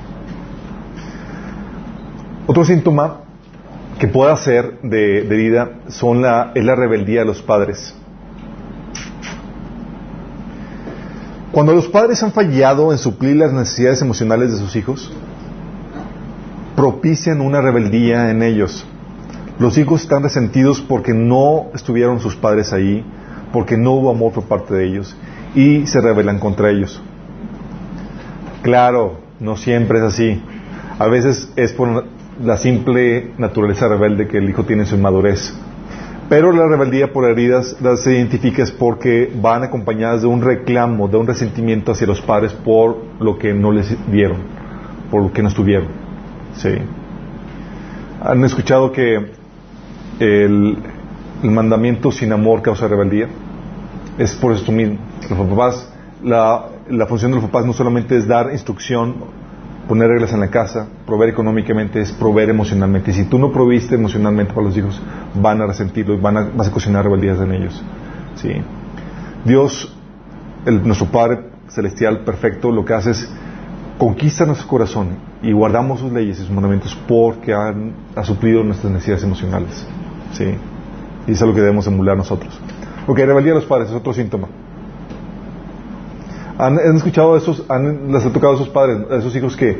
Otro síntoma que pueda ser de, de herida son la, es la rebeldía de los padres. Cuando los padres han fallado en suplir las necesidades emocionales de sus hijos, propician una rebeldía en ellos. Los hijos están resentidos porque no estuvieron sus padres ahí, porque no hubo amor por parte de ellos, y se rebelan contra ellos. Claro, no siempre es así. A veces es por la simple naturaleza rebelde que el hijo tiene en su inmadurez. Pero la rebeldía por heridas las identificas porque van acompañadas de un reclamo, de un resentimiento hacia los padres por lo que no les dieron, por lo que no estuvieron. Sí. ¿Han escuchado que el, el mandamiento sin amor causa rebeldía? Es por esto mismo. Los papás, la, la función de los papás no solamente es dar instrucción, poner reglas en la casa, proveer económicamente, es proveer emocionalmente. Y si tú no proviste emocionalmente para los hijos, van a resentirlo y van a, vas a cocinar rebeldías en ellos. ¿Sí? Dios, el, nuestro Padre Celestial perfecto, lo que hace es conquista nuestro corazón y guardamos sus leyes y sus mandamientos porque han, ha suplido nuestras necesidades emocionales. ¿Sí? Y eso es lo que debemos emular nosotros. Ok, rebeldía de los padres es otro síntoma. ¿Han, han escuchado a esos, han, les ha tocado a esos padres, a esos hijos que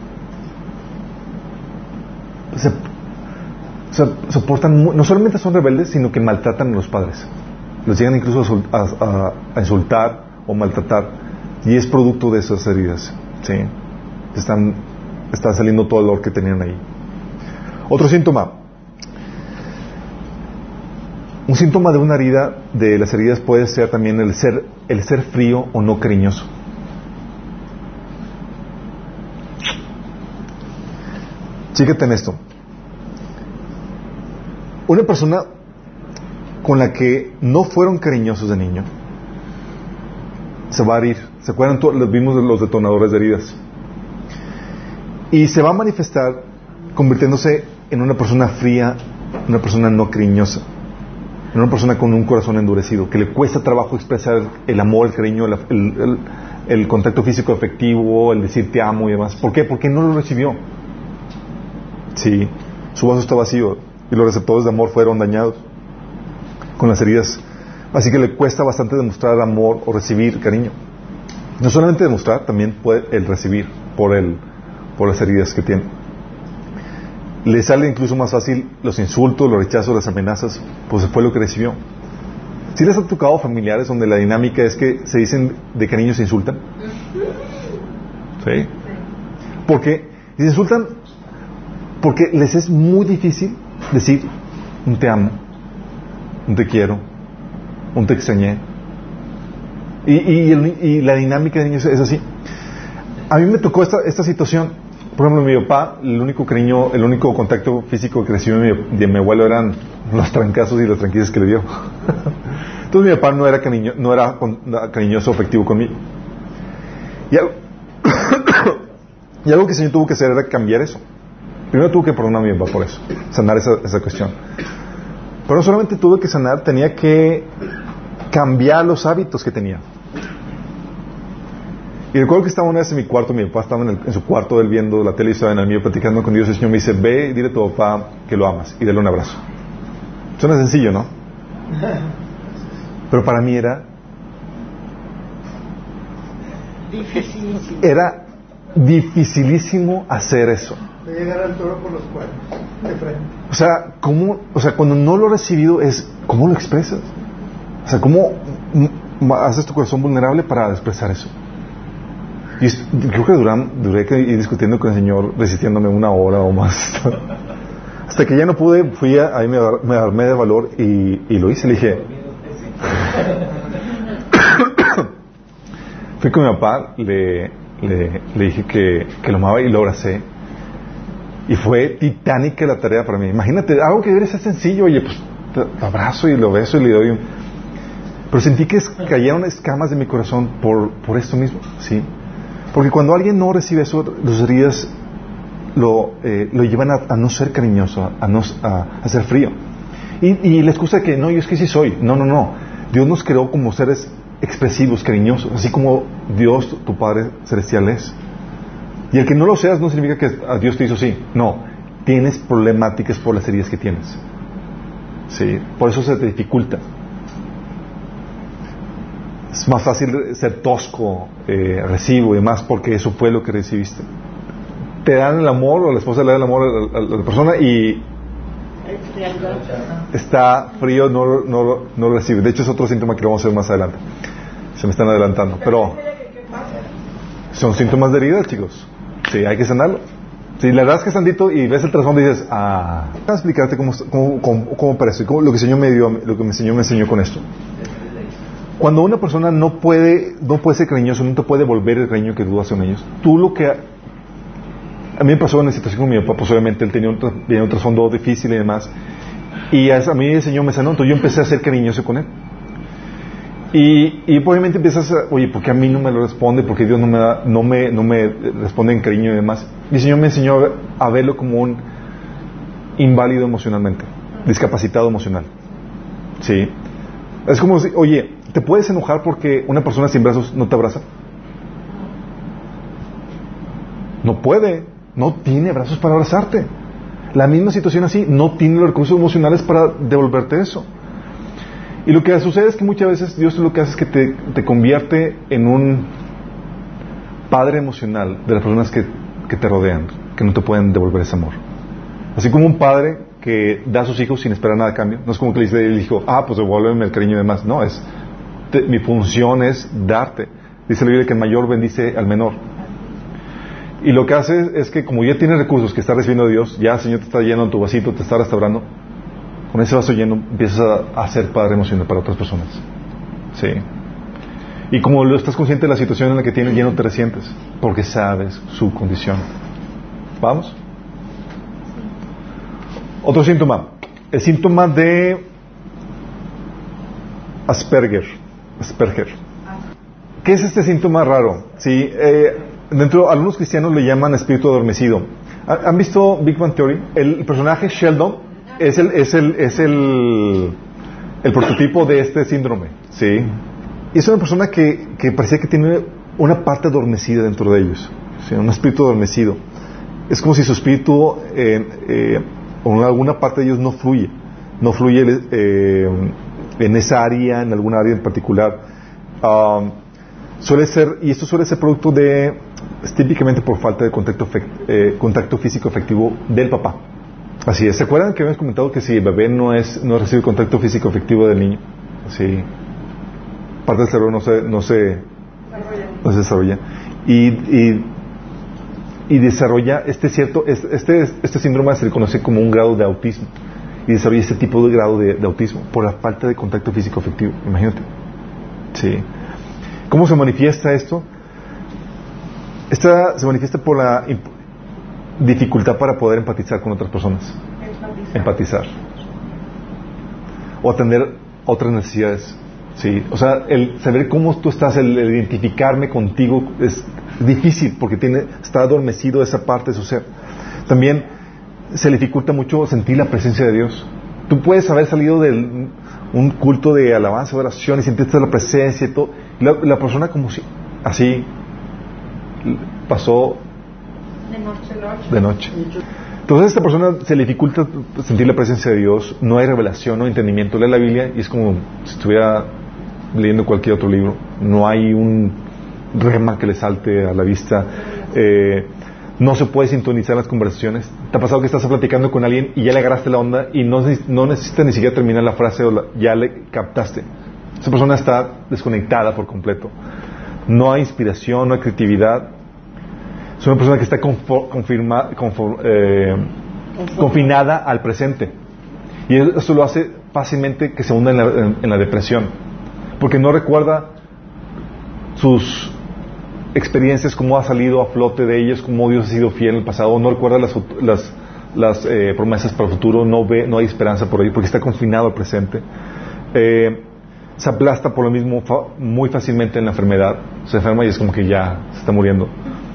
se, se, se portan, muy, no solamente son rebeldes, sino que maltratan a los padres? Les llegan incluso a, a, a insultar o maltratar, y es producto de esas heridas. ¿Sí? Están, están saliendo todo el dolor que tenían ahí. Otro síntoma. Un síntoma de una herida, de las heridas, puede ser también el ser, el ser frío o no cariñoso. Chíquete en esto. Una persona con la que no fueron cariñosos de niño se va a herir. ¿Se acuerdan? Los vimos de los detonadores de heridas. Y se va a manifestar convirtiéndose en una persona fría, una persona no cariñosa. Una persona con un corazón endurecido, que le cuesta trabajo expresar el amor, el cariño, el, el, el, el contacto físico efectivo, el decir te amo y demás. ¿Por qué? Porque no lo recibió. Sí, su vaso está vacío y los receptores de amor fueron dañados con las heridas. Así que le cuesta bastante demostrar amor o recibir cariño. No solamente demostrar, también puede el recibir por, el, por las heridas que tiene. Le sale incluso más fácil los insultos, los rechazos, las amenazas, pues fue lo que recibió. ¿Sí les ha tocado familiares donde la dinámica es que se dicen de cariño y se insultan? ¿Sí? Porque se insultan porque les es muy difícil decir un te amo, un te quiero, un te extrañé. Y, y, el, y la dinámica de niños es así. A mí me tocó esta, esta situación. Por ejemplo, mi papá, el único cariño, el único contacto físico que recibió de mi, de mi abuelo eran los trancazos y las tranquillas que le dio. Entonces mi papá no era cariño, no era cariñoso, afectivo conmigo. Y algo, y algo que el Señor tuvo que hacer era cambiar eso. Primero tuvo que perdonar a mi papá por eso, sanar esa, esa cuestión. Pero no solamente tuve que sanar, tenía que cambiar los hábitos que tenía. Y recuerdo que estaba una vez en mi cuarto, mi papá estaba en, el, en su cuarto, él viendo la tele y estaba en el mío platicando con Dios. El Señor me dice, ve y dile a tu papá que lo amas y dale un abrazo. Suena sencillo, ¿no? Pero para mí era dificilísimo. Era dificilísimo hacer eso. De llegar al toro por los cuernos, de frente. O sea, ¿cómo? O sea, cuando no lo he recibido es, ¿cómo lo expresas? O sea, ¿cómo haces tu corazón vulnerable para expresar eso? Y es, creo que duré, duré que ir discutiendo con el Señor, resistiéndome una hora o más. Hasta que ya no pude, fui a, ahí me, me armé de valor y, y lo hice. Le dije, fui con mi papá, le, le, le dije que, que lo amaba y lo abracé. Y fue titánica la tarea para mí. Imagínate, algo que debería ser sencillo, oye, pues te abrazo y lo beso y le doy un... Pero sentí que cayeron escamas de mi corazón por, por esto mismo, ¿sí? Porque cuando alguien no recibe eso, los heridas lo, eh, lo llevan a, a no ser cariñoso, a, no, a, a ser frío. Y, y la excusa de que, no, yo es que sí soy. No, no, no. Dios nos creó como seres expresivos, cariñosos, así como Dios, tu Padre Celestial, es. Y el que no lo seas no significa que a Dios te hizo así. No, tienes problemáticas por las heridas que tienes. Sí, por eso se te dificulta. Es más fácil ser tosco, eh, recibo y demás, porque eso fue lo que recibiste. Te dan el amor, o la esposa le da el amor a la, a la persona y está frío, no, no, no lo recibe. De hecho es otro síntoma que vamos a ver más adelante. Se me están adelantando, pero son síntomas de herida, chicos. Sí, hay que sanarlo. Si le das que sandito y ves el trasfondo y dices, ah, voy a explicarte cómo, cómo, cómo, cómo para eso, cómo, lo que el Señor me dio, lo que me enseñó, me enseñó con esto. Cuando una persona no puede, no puede ser cariñoso, no te puede devolver el cariño que tú das a ellos, tú lo que, a mí me pasó en la situación con mi papá, pues obviamente él tenía un, tenía un trasfondo difícil y demás, y a, a mí el Señor me sanó, entonces yo empecé a ser cariñoso con él. Y, y obviamente empiezas a, oye, ¿por qué a mí no me lo responde? ¿Por qué Dios no me da, no me, no me responde en cariño y demás? Y el Señor me enseñó a, ver, a verlo como un inválido emocionalmente, discapacitado emocional. ¿Sí? Es como si, oye, ¿te puedes enojar porque una persona sin brazos no te abraza? No puede, no tiene brazos para abrazarte. La misma situación así, no tiene los recursos emocionales para devolverte eso. Y lo que sucede es que muchas veces Dios lo que hace es que te, te convierte en un padre emocional de las personas que, que te rodean, que no te pueden devolver ese amor. Así como un padre que da a sus hijos sin esperar nada a cambio. No es como que le dice el hijo, ah, pues devuélveme el cariño y demás. No, es te, mi función es darte. Dice la Biblia que el mayor bendice al menor. Y lo que hace es que como ya tienes recursos que está recibiendo de Dios, ya el Señor te está llenando tu vasito, te está restaurando, con ese vaso lleno empiezas a, a ser padre emocional para otras personas. Sí. Y como lo estás consciente de la situación en la que tienes, ya no te resientes, porque sabes su condición. ¿Vamos? Otro síntoma, el síntoma de Asperger. Asperger. ¿Qué es este síntoma raro? Sí, eh, dentro algunos cristianos le llaman espíritu adormecido. ¿Han visto Big Bang Theory? El personaje Sheldon es el es el es el el prototipo de este síndrome, ¿sí? Y es una persona que, que parecía que tiene una parte adormecida dentro de ellos, ¿sí? Un espíritu adormecido. Es como si su espíritu eh, eh, o en alguna parte de ellos no fluye, no fluye eh, en esa área, en alguna área en particular. Um, suele ser, y esto suele ser producto de, es típicamente por falta de contacto, eh, contacto físico efectivo del papá. Así es. ¿Se acuerdan que habíamos comentado que si el bebé no es no recibe contacto físico efectivo del niño, sí, parte del cerebro no se no se, no se desarrolla y, y y desarrolla este cierto este este síndrome se le conoce como un grado de autismo y desarrolla este tipo de grado de, de autismo por la falta de contacto físico efectivo. Imagínate. Sí. ¿Cómo se manifiesta esto? Esta se manifiesta por la dificultad para poder empatizar con otras personas. Empatizar. Empatizar. O atender otras necesidades. Sí. O sea, el saber cómo tú estás, el, el identificarme contigo es difícil porque tiene, está adormecido esa parte de su ser. También se le dificulta mucho sentir la presencia de Dios. Tú puedes haber salido de un culto de alabanza, de oración y sentiste la presencia y todo. La, la persona como si así pasó de noche. de noche. Entonces a esta persona se le dificulta sentir la presencia de Dios, no hay revelación, no hay entendimiento. Lee la Biblia y es como si estuviera leyendo cualquier otro libro. No hay un rema que le salte a la vista. Eh, no se puede sintonizar las conversaciones. ¿Te ha pasado que estás platicando con alguien y ya le agarraste la onda y no, no necesitas ni siquiera terminar la frase o la, ya le captaste? Esa persona está desconectada por completo. No hay inspiración, no hay creatividad. Es una persona que está confor, confirma, confor, eh, confinada al presente. Y eso lo hace fácilmente que se hunda en la, en, en la depresión. Porque no recuerda sus experiencias, cómo ha salido a flote de ellas, cómo Dios ha sido fiel en el pasado, no recuerda las, las, las eh, promesas para el futuro, no ve, no hay esperanza por ello, porque está confinado al presente. Eh, se aplasta por lo mismo fa muy fácilmente en la enfermedad, se enferma y es como que ya se está muriendo.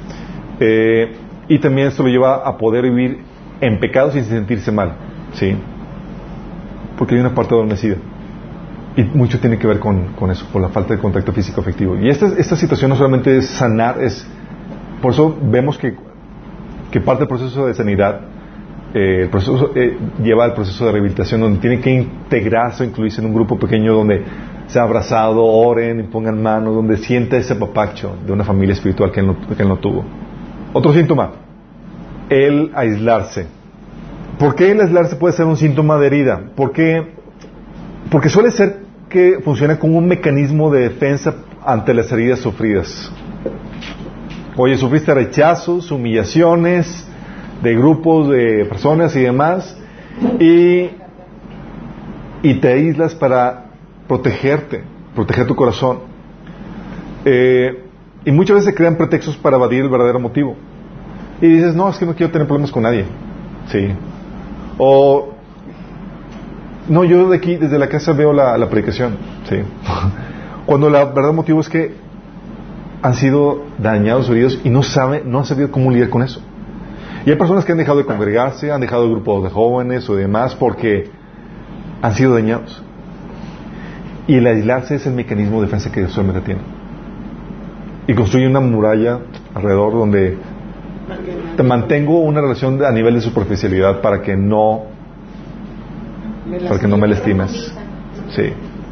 Eh, y también esto lo lleva a poder vivir en pecado sin sentirse mal, ¿sí? Porque hay una parte adormecida. Y mucho tiene que ver con, con eso, con la falta de contacto físico afectivo. Y esta, esta situación no solamente es sanar, es por eso vemos que, que parte del proceso de sanidad eh, el proceso eh, lleva al proceso de rehabilitación, donde tienen que integrarse o incluirse en un grupo pequeño donde se ha abrazado, oren y pongan manos, donde sienta ese papacho de una familia espiritual que él no, que él no tuvo. Otro síntoma, el aislarse. ¿Por qué el aislarse puede ser un síntoma de herida? Porque, porque suele ser que funciona como un mecanismo de defensa ante las heridas sufridas. Oye, sufriste rechazos, humillaciones de grupos de personas y demás, y, y te aíslas para protegerte, proteger tu corazón. Eh, y muchas veces se crean pretextos para evadir el verdadero motivo. Y dices, no, es que no quiero tener problemas con nadie. Sí. O, no, yo de aquí, desde la casa veo la, la predicación. Sí. Cuando el verdadero motivo es que han sido dañados, heridos, y no saben, no han sabido cómo lidiar con eso. Y hay personas que han dejado de congregarse, han dejado grupos de jóvenes o demás porque han sido dañados. Y el aislarse es el mecanismo de defensa que solamente tiene. Y construye una muralla alrededor donde te mantengo una relación a nivel de superficialidad para que no para que no me lastimes. Sí.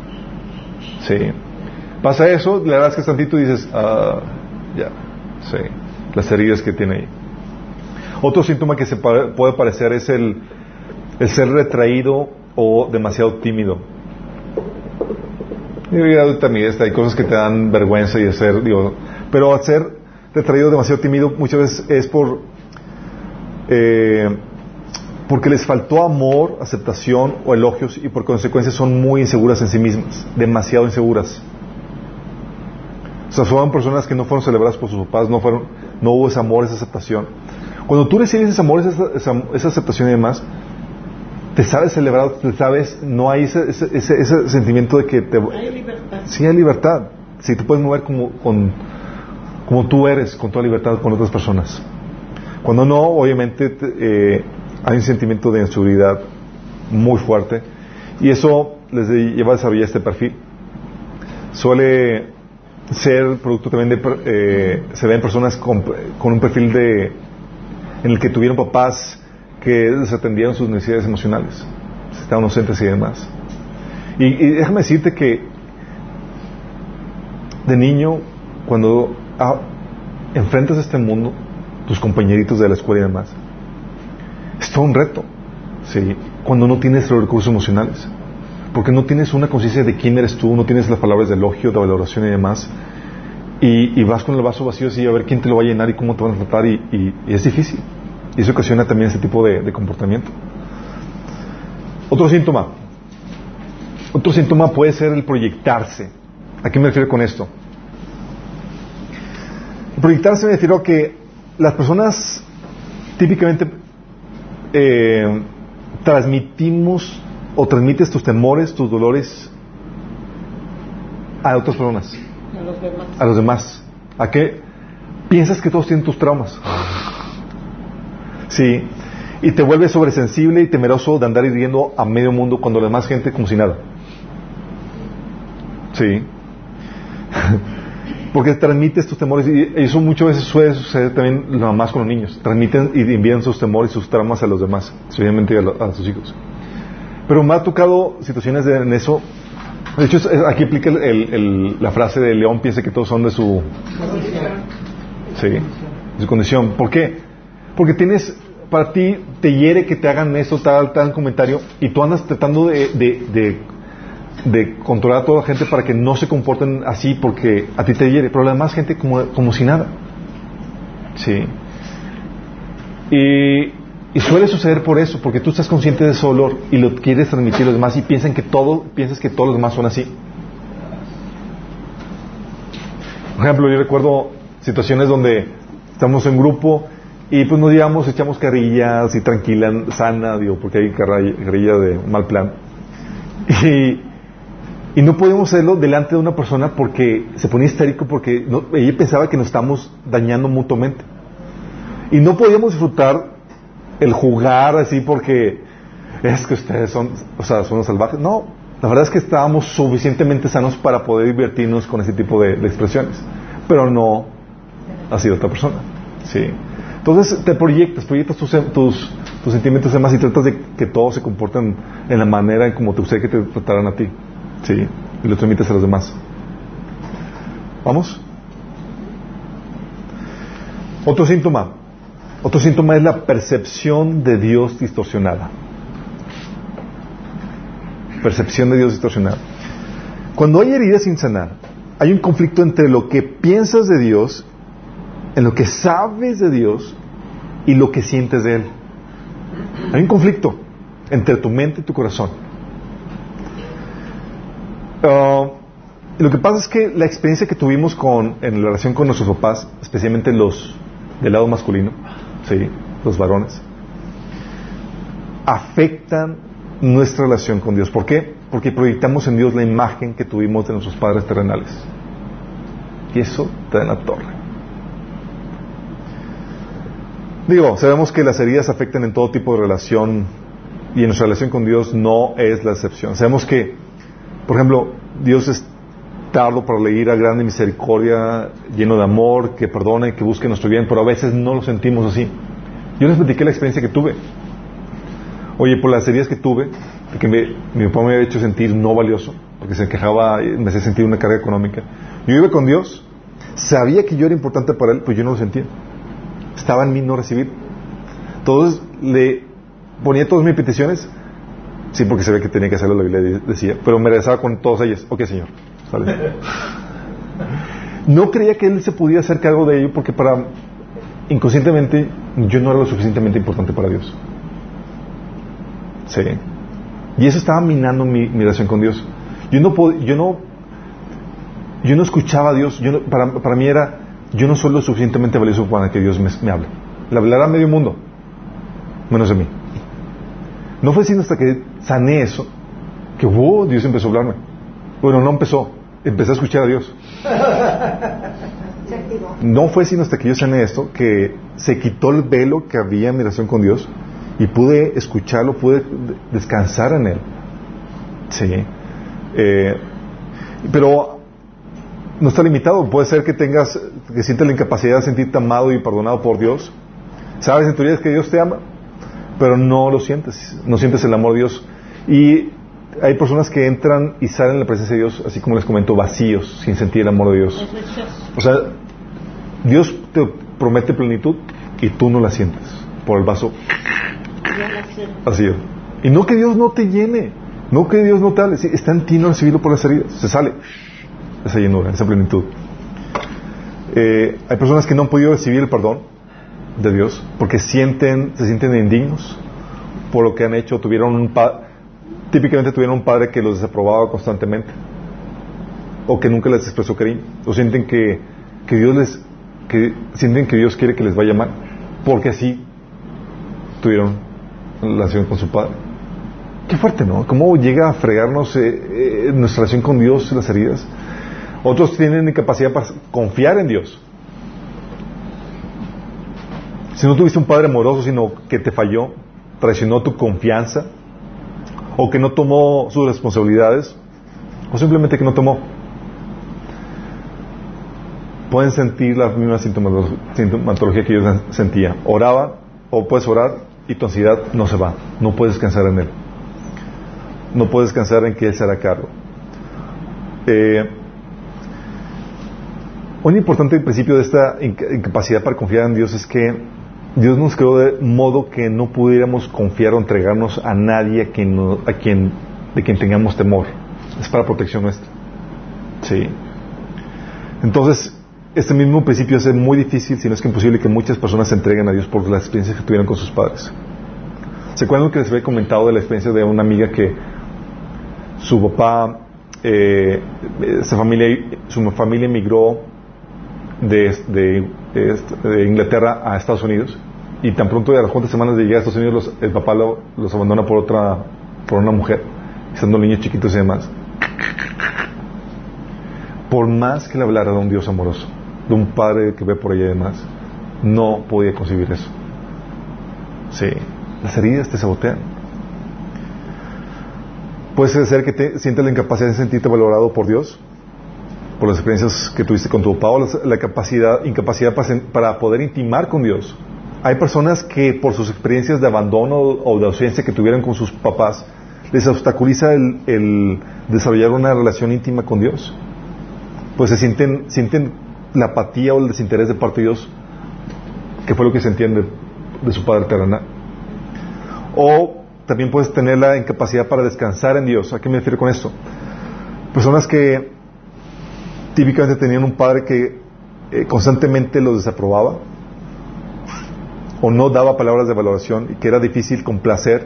Sí. Pasa eso, le das que tantito y dices, ah, ya, sí, las heridas que tiene ahí. Otro síntoma que se puede parecer es el, el ser retraído o demasiado tímido. Digo, timidez, hay cosas que te dan vergüenza y hacer, digo, pero al ser retraído, demasiado tímido, muchas veces es por eh, porque les faltó amor, aceptación o elogios, y por consecuencia son muy inseguras en sí mismas, demasiado inseguras. O sea, fueron personas que no fueron celebradas por sus papás, no fueron, no hubo ese amor, esa aceptación. Cuando tú recibes ese amor, esa, esa, esa aceptación y demás, te sabes celebrado, te sabes, no hay ese, ese, ese, ese sentimiento de que te... Hay libertad. Sí, hay libertad. Sí, te puedes mover como, con, como tú eres, con toda libertad con otras personas. Cuando no, obviamente, te, eh, hay un sentimiento de inseguridad muy fuerte, y eso les lleva a desarrollar este perfil. Suele ser producto también de... Eh, se ven personas con, con un perfil de... en el que tuvieron papás que desatendieron sus necesidades emocionales, estaban ausentes y demás. Y, y déjame decirte que de niño, cuando ah, enfrentas este mundo, tus compañeritos de la escuela y demás, es todo un reto, ¿sí? Cuando no tienes los recursos emocionales, porque no tienes una conciencia de quién eres tú, no tienes las palabras de elogio, de valoración y demás, y, y vas con el vaso vacío así a ver quién te lo va a llenar y cómo te van a tratar, y, y, y es difícil. Y eso ocasiona también ese tipo de, de comportamiento. Otro síntoma. Otro síntoma puede ser el proyectarse. ¿A qué me refiero con esto? El proyectarse me refiero a que las personas típicamente eh, transmitimos o transmites tus temores, tus dolores a otras personas. A los demás. A los demás. ¿A qué? Piensas que todos tienen tus traumas. Sí, y te vuelves sobresensible y temeroso de andar hiriendo a medio mundo cuando la demás gente como si nada. Sí. Porque transmites tus temores, y eso muchas veces suele suceder también las mamás con los niños. Transmiten y envían sus temores y sus traumas a los demás, especialmente a, lo, a sus hijos. Pero me ha tocado situaciones de, en eso. De hecho, aquí aplica el, el, el, la frase de León: piensa que todos son de su... Sí, de su condición. ¿Por qué? Porque tienes, para ti te hiere que te hagan eso, tal, tal comentario, y tú andas tratando de, de, de, de controlar a toda la gente para que no se comporten así porque a ti te hiere, pero la demás gente como, como si nada. Sí. Y, y suele suceder por eso, porque tú estás consciente de ese dolor y lo quieres transmitir a los demás y piensan que todo, piensas que todos los demás son así. Por ejemplo, yo recuerdo situaciones donde estamos en grupo y pues nos llevamos, echamos carrillas y tranquila, sana, digo, porque hay carrilla de mal plan. Y, y no podíamos hacerlo delante de una persona porque se ponía histérico, porque no, ella pensaba que nos estábamos dañando mutuamente. Y no podíamos disfrutar el jugar así porque es que ustedes son, o sea, son los salvajes. No, la verdad es que estábamos suficientemente sanos para poder divertirnos con ese tipo de, de expresiones, pero no así de otra persona. Sí. Entonces te proyectas, proyectas tus, tus, tus sentimientos demás y tratas de que todos se comporten en la manera en como te gustaría que te trataran a ti. Sí. Y lo transmites a los demás. ¿Vamos? Otro síntoma. Otro síntoma es la percepción de Dios distorsionada. Percepción de Dios distorsionada. Cuando hay heridas sin sanar, hay un conflicto entre lo que piensas de Dios, en lo que sabes de Dios y lo que sientes de Él. Hay un conflicto entre tu mente y tu corazón. Uh, lo que pasa es que la experiencia que tuvimos con, en la relación con nuestros papás, especialmente los del lado masculino, sí, los varones, afectan nuestra relación con Dios. ¿Por qué? Porque proyectamos en Dios la imagen que tuvimos de nuestros padres terrenales. Y eso te da en la torre. Digo, sabemos que las heridas afectan en todo tipo de relación y en nuestra relación con Dios no es la excepción. Sabemos que, por ejemplo, Dios es tardo para leer a grande misericordia, lleno de amor, que perdone, que busque nuestro bien, pero a veces no lo sentimos así. Yo les platiqué la experiencia que tuve. Oye, por las heridas que tuve, que me, mi papá me había hecho sentir no valioso, porque se quejaba, me hacía sentir una carga económica. Yo iba con Dios, sabía que yo era importante para Él, pues yo no lo sentía. Estaba en mí no recibir. Entonces le ponía todas mis peticiones, sí, porque sabía que tenía que hacerlo, la Biblia decía, pero me regresaba con todas ellas. Ok, Señor, ¿sale? No creía que Él se pudiera hacer cargo de ello, porque para inconscientemente yo no era lo suficientemente importante para Dios. Sí. Y eso estaba minando mi, mi relación con Dios. Yo no pod, yo no yo no escuchaba a Dios. Yo no, para, para mí era, yo no soy lo suficientemente valioso para que Dios me, me hable. Le hablará a medio mundo, menos de mí. No fue sino hasta que sané eso que wow, Dios empezó a hablarme. Bueno, no empezó, empecé a escuchar a Dios. No fue sino hasta que yo sané esto que se quitó el velo que había en mi relación con Dios y pude escucharlo, pude descansar en Él. Sí. Eh, pero no está limitado. Puede ser que tengas, que sientas la incapacidad de sentirte amado y perdonado por Dios. Sabes en teoría que Dios te ama, pero no lo sientes, no sientes el amor de Dios. Y hay personas que entran y salen de la presencia de Dios, así como les comento, vacíos, sin sentir el amor de Dios. O sea, Dios te promete plenitud y tú no la sientes por el vaso vacío. Y no que Dios no te llene, no que Dios no te hable, está en ti no recibirlo por las heridas, se sale esa llenura, esa plenitud. Eh, hay personas que no han podido recibir el perdón de Dios porque sienten, se sienten indignos por lo que han hecho. Tuvieron un pa- típicamente tuvieron un padre que los desaprobaba constantemente o que nunca les expresó cariño, o sienten que, que Dios les que sienten que Dios quiere que les vaya mal porque así tuvieron relación con su padre. Qué fuerte, ¿no? ¿Cómo llega a fregarnos eh, eh, nuestra relación con Dios, las heridas? Otros tienen incapacidad para confiar en Dios. Si no tuviste un padre amoroso, sino que te falló, traicionó tu confianza, o que no tomó sus responsabilidades, o simplemente que no tomó, pueden sentir la misma sintomatología que yo sentía. Oraba, o puedes orar, y tu ansiedad no se va. No puedes descansar en Él. No puedes descansar en que Él se hará cargo. Eh, un importante principio de esta incapacidad para confiar en Dios es que Dios nos creó de modo que no pudiéramos confiar o entregarnos a nadie a quien, no, a quien, de quien tengamos temor. Es para protección nuestra. Sí. Entonces, este mismo principio hace muy difícil, si no es que imposible, que muchas personas se entreguen a Dios por las experiencias que tuvieron con sus padres. ¿Se acuerdan que les había comentado de la experiencia de una amiga que su papá, eh, esa familia, su familia emigró de, de, de, de Inglaterra a Estados Unidos, y tan pronto de las cuantas semanas de llegar a Estados Unidos los, el papá lo, los abandona por otra por una mujer, estando niños chiquitos y demás. Por más que le hablara de un Dios amoroso, de un padre que ve por ella y demás, no podía concebir eso. Sí, las heridas te sabotean. Puede ser que te sientas la incapacidad de sentirte valorado por Dios, por las experiencias que tuviste con tu papá, o la capacidad, incapacidad para, para poder intimar con Dios. Hay personas que por sus experiencias de abandono o de ausencia que tuvieron con sus papás, les obstaculiza el, el desarrollar una relación íntima con Dios. Pues se sienten, sienten la apatía o el desinterés de parte de Dios, que fue lo que se entiende de su Padre terrenal. O también puedes tener la incapacidad para descansar en Dios. ¿A qué me refiero con esto? Personas que típicamente tenían un padre que eh, constantemente los desaprobaba o no daba palabras de valoración y que era difícil complacer,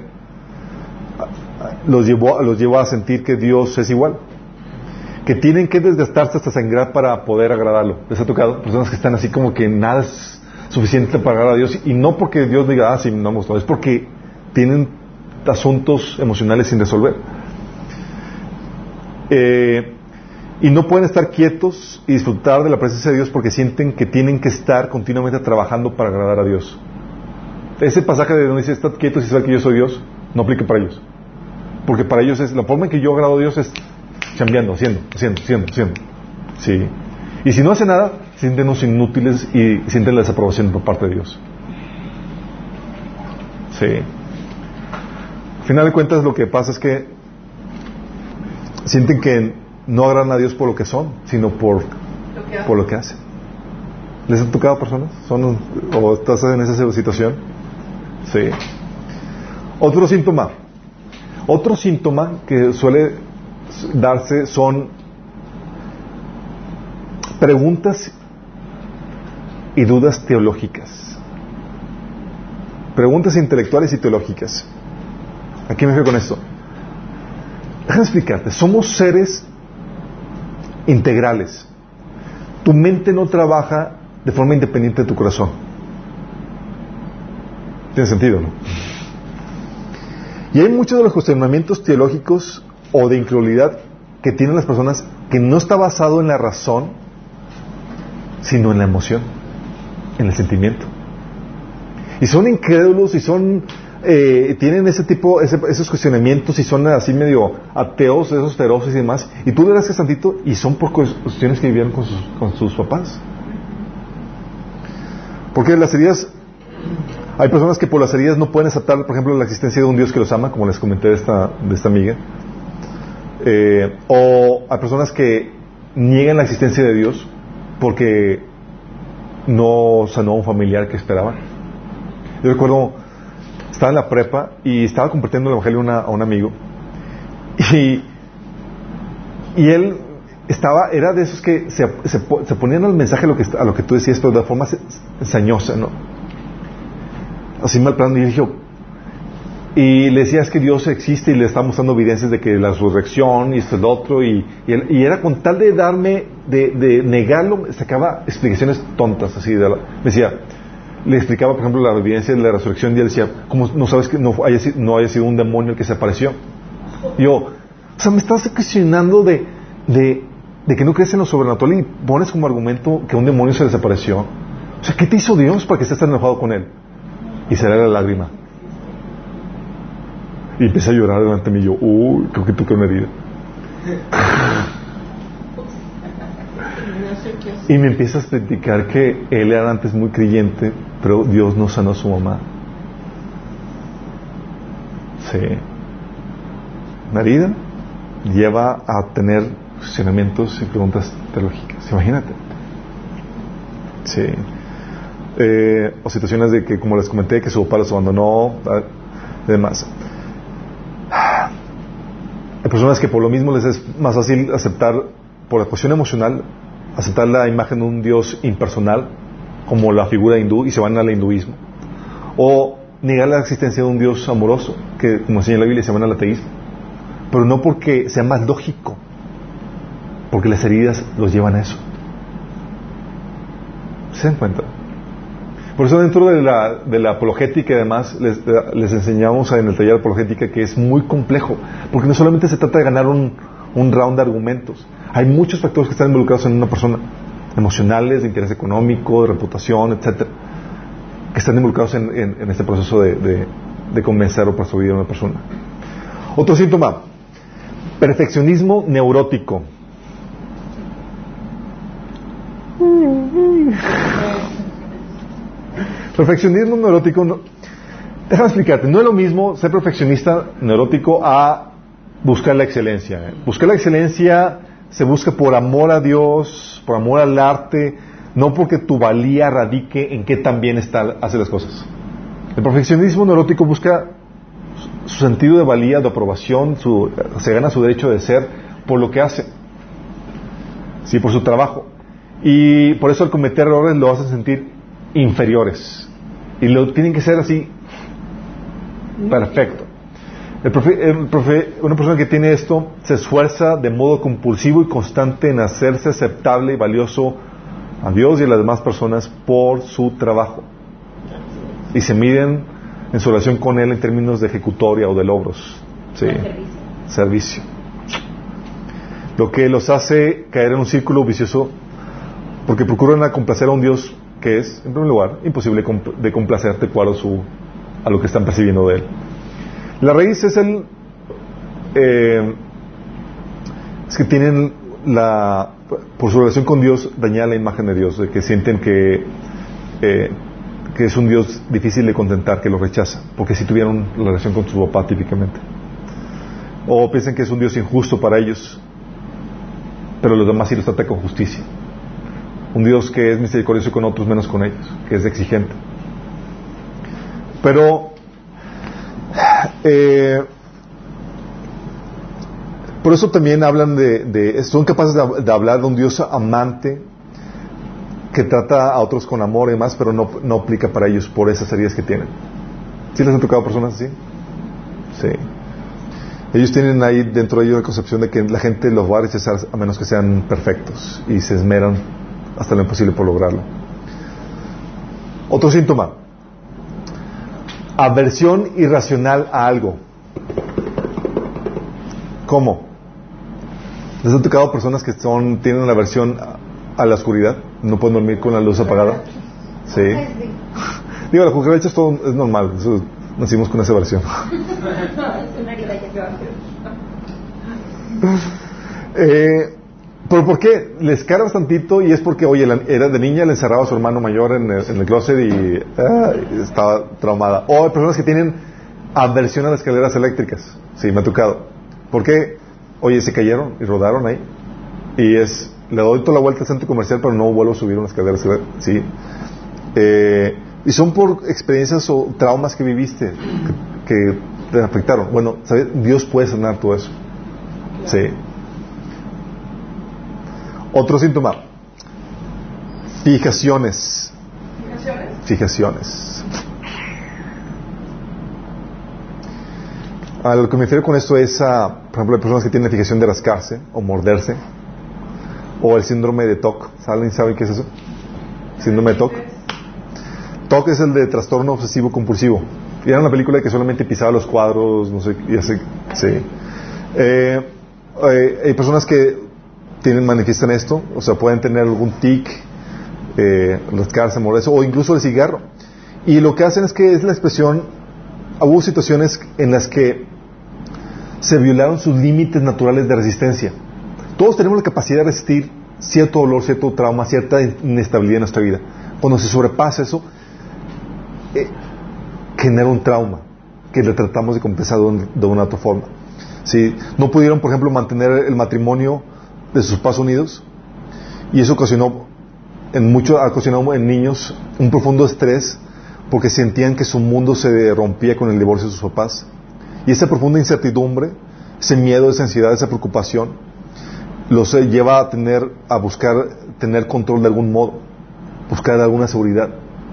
los llevó, los llevó a sentir que Dios es igual, que tienen que desgastarse hasta sangrar para poder agradarlo. ¿Les ha tocado? Personas que están así como que nada es suficiente para agradar a Dios, y no porque Dios diga, ah, sí, no, no, es porque tienen asuntos emocionales sin resolver. Eh, y no pueden estar quietos y disfrutar de la presencia de Dios porque sienten que tienen que estar continuamente trabajando para agradar a Dios. Ese pasaje de donde dice, estad quietos y saber que yo soy Dios, no aplica para ellos. Porque para ellos es, la forma en que yo agrado a Dios es chambeando, haciendo, haciendo, haciendo, haciendo. Sí. Y si no hace nada, sienten los inútiles y sienten la desaprobación por parte de Dios. Sí. Al final de cuentas, lo que pasa es que sienten que no agradan a Dios por lo que son, sino por lo que, por lo que hacen. ¿Les han tocado personas? ¿Son, o estás en esa situación? Sí. Otro síntoma. Otro síntoma que suele darse son preguntas y dudas teológicas. Preguntas intelectuales y teológicas. ¿A qué me refiero con esto? Déjame explicarte. Somos seres integrales. Tu mente no trabaja de forma independiente de tu corazón. Tiene sentido, ¿no? Y hay muchos de los cuestionamientos teológicos o de incredulidad que tienen las personas que no está basado en la razón, sino en la emoción, en el sentimiento. Y son incrédulos y son eh, tienen ese tipo, ese, esos cuestionamientos y son así medio ateos, esos feroces y demás. Y tú le das que tantito y son por cuestiones que vivieron con sus, con sus papás. Porque las heridas, hay personas que por las heridas no pueden aceptar, por ejemplo, la existencia de un Dios que los ama, como les comenté de esta, de esta amiga. Eh, o hay personas que niegan la existencia de Dios porque no sanó a un familiar que esperaban. Yo recuerdo, estaba en la prepa y estaba compartiendo el evangelio a, una, a un amigo y, y él estaba, era de esos que se, se, se ponían al mensaje a lo que, a lo que tú decías, pero de forma ensañosa, ¿no? Así mal plan, y yo dije, y le decía, es que Dios existe, y le estaba mostrando evidencias de que la resurrección y esto y lo otro, y, y, él, y era con tal de darme, de, de negarlo, sacaba explicaciones tontas, así, de la, me decía, le explicaba, por ejemplo, la evidencia de la resurrección, y él decía, ¿cómo no sabes que no haya, no haya sido un demonio el que se apareció? Y yo, o sea, me estás cuestionando de, de, de que no crees en lo sobrenatural y pones como argumento que un demonio se desapareció. O sea, ¿qué te hizo Dios para que estés tan enojado con él? Y se le da la lágrima. Y empecé a llorar delante de mí. Y yo, uy, creo que toqué una herida. Y me empieza a platicar que él era antes muy creyente, pero Dios no sanó a su mamá. Sí. Una herida lleva a tener cuestionamientos y preguntas teológicas. Imagínate. Sí. Eh, o situaciones de que, como les comenté, que su papá los abandonó, y demás. Hay personas que por lo mismo les es más fácil aceptar, por la cuestión emocional, aceptar la imagen de un Dios impersonal, como la figura hindú, y se van al hinduismo. O negar la existencia de un Dios amoroso, que, como enseña la Biblia, se van al ateísmo. Pero no porque sea más lógico, porque las heridas los llevan a eso. ¿Se dan cuenta? Por eso dentro de la, de la apologética y demás les, les enseñamos en el taller de apologética que es muy complejo, porque no solamente se trata de ganar un, un round de argumentos, hay muchos factores que están involucrados en una persona, emocionales, de interés económico, de reputación, etcétera, que están involucrados en, en, en este proceso de, de, de convencer o persuadir a una persona. Otro síntoma, perfeccionismo neurótico. Perfeccionismo neurótico, no, déjame explicarte, no es lo mismo ser perfeccionista neurótico a buscar la excelencia. ¿eh? Buscar la excelencia se busca por amor a Dios, por amor al arte, no porque tu valía radique en qué tan bien está, hace las cosas. El perfeccionismo neurótico busca su sentido de valía, de aprobación, su, se gana su derecho de ser por lo que hace, sí, por su trabajo. Y por eso al cometer errores lo hacen sentir inferiores. Y lo tienen que ser así, perfecto. El profe, el profe, una persona que tiene esto se esfuerza de modo compulsivo y constante en hacerse aceptable y valioso a Dios y a las demás personas por su trabajo. Y se miden en su relación con Él en términos de ejecutoria o de logros. Sí. Servicio. Servicio. Lo que los hace caer en un círculo vicioso porque procuran complacer a un Dios que es, en primer lugar, imposible de complacer de acuerdo a, su, a lo que están percibiendo de Él. La raíz es el... Eh, es que tienen la... por su relación con Dios, dañada la imagen de Dios, de que sienten que... Eh, que es un Dios difícil de contentar, que lo rechaza, porque si tuvieron la relación con su papá típicamente. O piensan que es un Dios injusto para ellos, pero los demás sí los trata con justicia. Un Dios que es misericordioso con otros, menos con ellos, que es exigente. Pero eh, por eso también hablan de, de son capaces de, de hablar de un Dios amante que trata a otros con amor y demás, pero no, no aplica para ellos por esas heridas que tienen. ¿Sí les han tocado personas así? Sí. Ellos tienen ahí dentro de ellos la concepción de que la gente los va a rechazar a menos que sean perfectos y se esmeran hasta lo imposible por lograrlo. Otro síntoma, aversión irracional a algo. ¿Cómo? ¿Les han tocado personas que son tienen una aversión a, a la oscuridad? ¿No pueden dormir con la luz apagada? Sí. Digo, la cucaracha es todo, es normal. Eso, nacimos con esa aversión. eh, ¿Pero por qué? Les cargas tantito y es porque, oye, la, era de niña, le encerraba a su hermano mayor en el, en el closet y ah, estaba traumada. O hay personas que tienen aversión a las escaleras eléctricas. Sí, me ha tocado. ¿Por qué? Oye, se cayeron y rodaron ahí. Y es, le doy toda la vuelta al centro comercial, pero no vuelvo a subir una escalera. Sí. Eh, y son por experiencias o traumas que viviste que, que te afectaron. Bueno, ¿sabes? Dios puede sanar todo eso. Sí. Otro síntoma, fijaciones. ¿Fijaciones? Fijaciones. A lo que me refiero con esto es a, por ejemplo, hay personas que tienen la fijación de rascarse o morderse, o el síndrome de T O C. ¿Alguien sabe qué es eso? Síndrome de T O C. T O C es el de trastorno obsesivo compulsivo. Era una película que solamente pisaba los cuadros, no sé, y así, sí. Eh, eh, hay personas que tienen, manifiestan esto, o sea, pueden tener algún tic, eh, rascarse, morderse, o incluso el cigarro. Y lo que hacen es que es la expresión, hubo situaciones en las que se violaron sus límites naturales de resistencia. Todos tenemos la capacidad de resistir cierto dolor, cierto trauma, cierta inestabilidad en nuestra vida. Cuando se sobrepasa eso, eh, genera un trauma que le tratamos de compensar de, un, de una otra forma. ¿Sí? No pudieron, por ejemplo, mantener el matrimonio de sus papás unidos, y eso ocasionó en mucho, ha ocasionado en niños un profundo estrés porque sentían que su mundo se rompía con el divorcio de sus papás, y esa profunda incertidumbre, ese miedo, esa ansiedad, esa preocupación los lleva a tener a buscar tener control de algún modo, buscar alguna seguridad,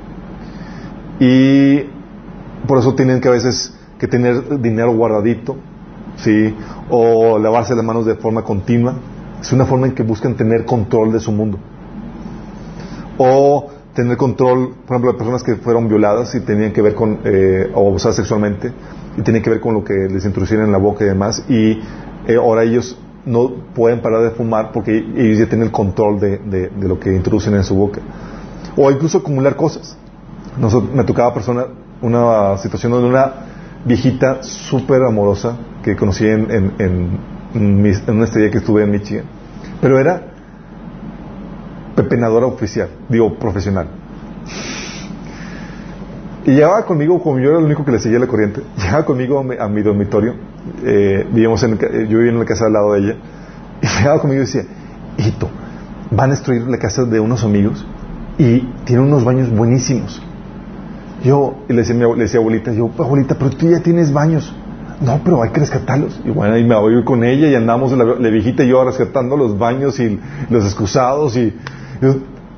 y por eso tienen que a veces que tener dinero guardadito, sí, o lavarse las manos de forma continua. Es una forma en que buscan tener control de su mundo. O tener control, por ejemplo, de personas que fueron violadas y tenían que ver con, eh, o abusadas sexualmente, y tenían que ver con lo que les introducían en la boca y demás, y eh, ahora ellos no pueden parar de fumar porque ellos ya tienen el control de, de, de lo que introducen en su boca. O incluso acumular cosas. Nosotros, me tocaba persona, una situación donde una viejita súper amorosa que conocí en, en, en, en, mis, en una estadía que estuve en Michigan, pero era pepenadora oficial, digo, profesional. Y llegaba conmigo, como yo era el único que le seguía la corriente, llegaba conmigo a mi, a mi dormitorio, eh, vivíamos en, yo vivía en la casa al lado de ella, y llegaba conmigo y decía, hijito, van a destruir la casa de unos amigos y tienen unos baños buenísimos. Yo, y le decía, le decía a abuelita, yo, abuelita, pero tú ya tienes baños. No, pero hay que rescatarlos. Y bueno, ahí me voy con ella y andamos, la, la viejita y yo, rescatando los baños y los excusados y... Yo,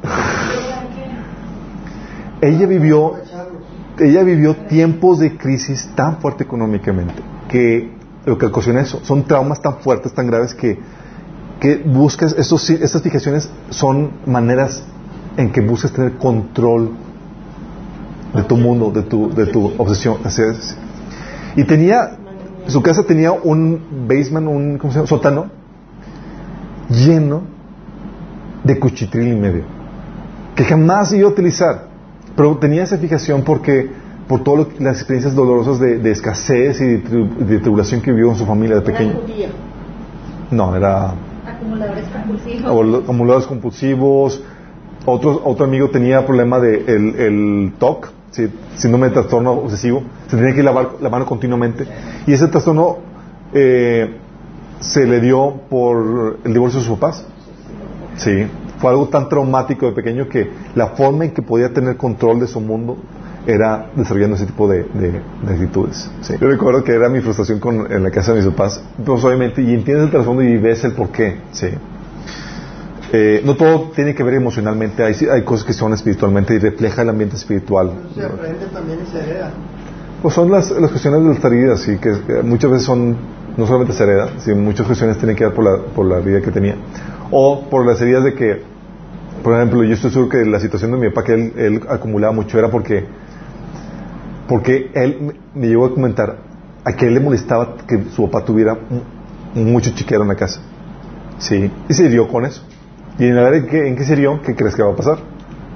ella vivió ella vivió tiempos de crisis tan fuerte económicamente que lo que ocasiona eso son traumas tan fuertes, tan graves que, que buscas estos, estas fijaciones son maneras en que buscas tener control de tu mundo, de tu, de tu obsesión. Y tenía, su casa tenía un basement, un ¿cómo se llama? Sótano lleno de cuchitril y medio que jamás iba a utilizar, pero tenía esa fijación porque por todas las experiencias dolorosas de, de escasez y de, tri, de tribulación que vivió en su familia de pequeño. No, era acumuladores compulsivos. Acumuladores compulsivos. Otro, otro amigo tenía problema de el, el T O C, ¿sí? Síndrome de trastorno obsesivo. Se tenía que lavar la mano continuamente. Y ese trastorno eh, se le dio por el divorcio de sus papás. Sí. Fue algo tan traumático de pequeño que la forma en que podía tener control de su mundo era desarrollando ese tipo de, de, de actitudes. Sí. Yo recuerdo que era mi frustración con, en la casa de mis papás, pues obviamente, y entiendes el trasfondo y ves el porqué. Sí. Eh, no todo tiene que ver emocionalmente, hay, hay cosas que son espiritualmente y refleja el ambiente espiritual. Eso se aprende también y se hereda. Pues son las, las cuestiones de las heridas, sí, que, que muchas veces son, no solamente se hereda, sino muchas cuestiones tienen que ver por la, por la vida que tenía. O por las heridas de que, por ejemplo, yo estoy seguro que la situación de mi papá, que él, él acumulaba mucho, era porque porque él me llegó a comentar a que él le molestaba que su papá tuviera mucho chiquero en la casa. Sí, y se hirió con eso. Y en la verdad, ¿en qué, en qué se hirió? ¿Qué crees que va a pasar?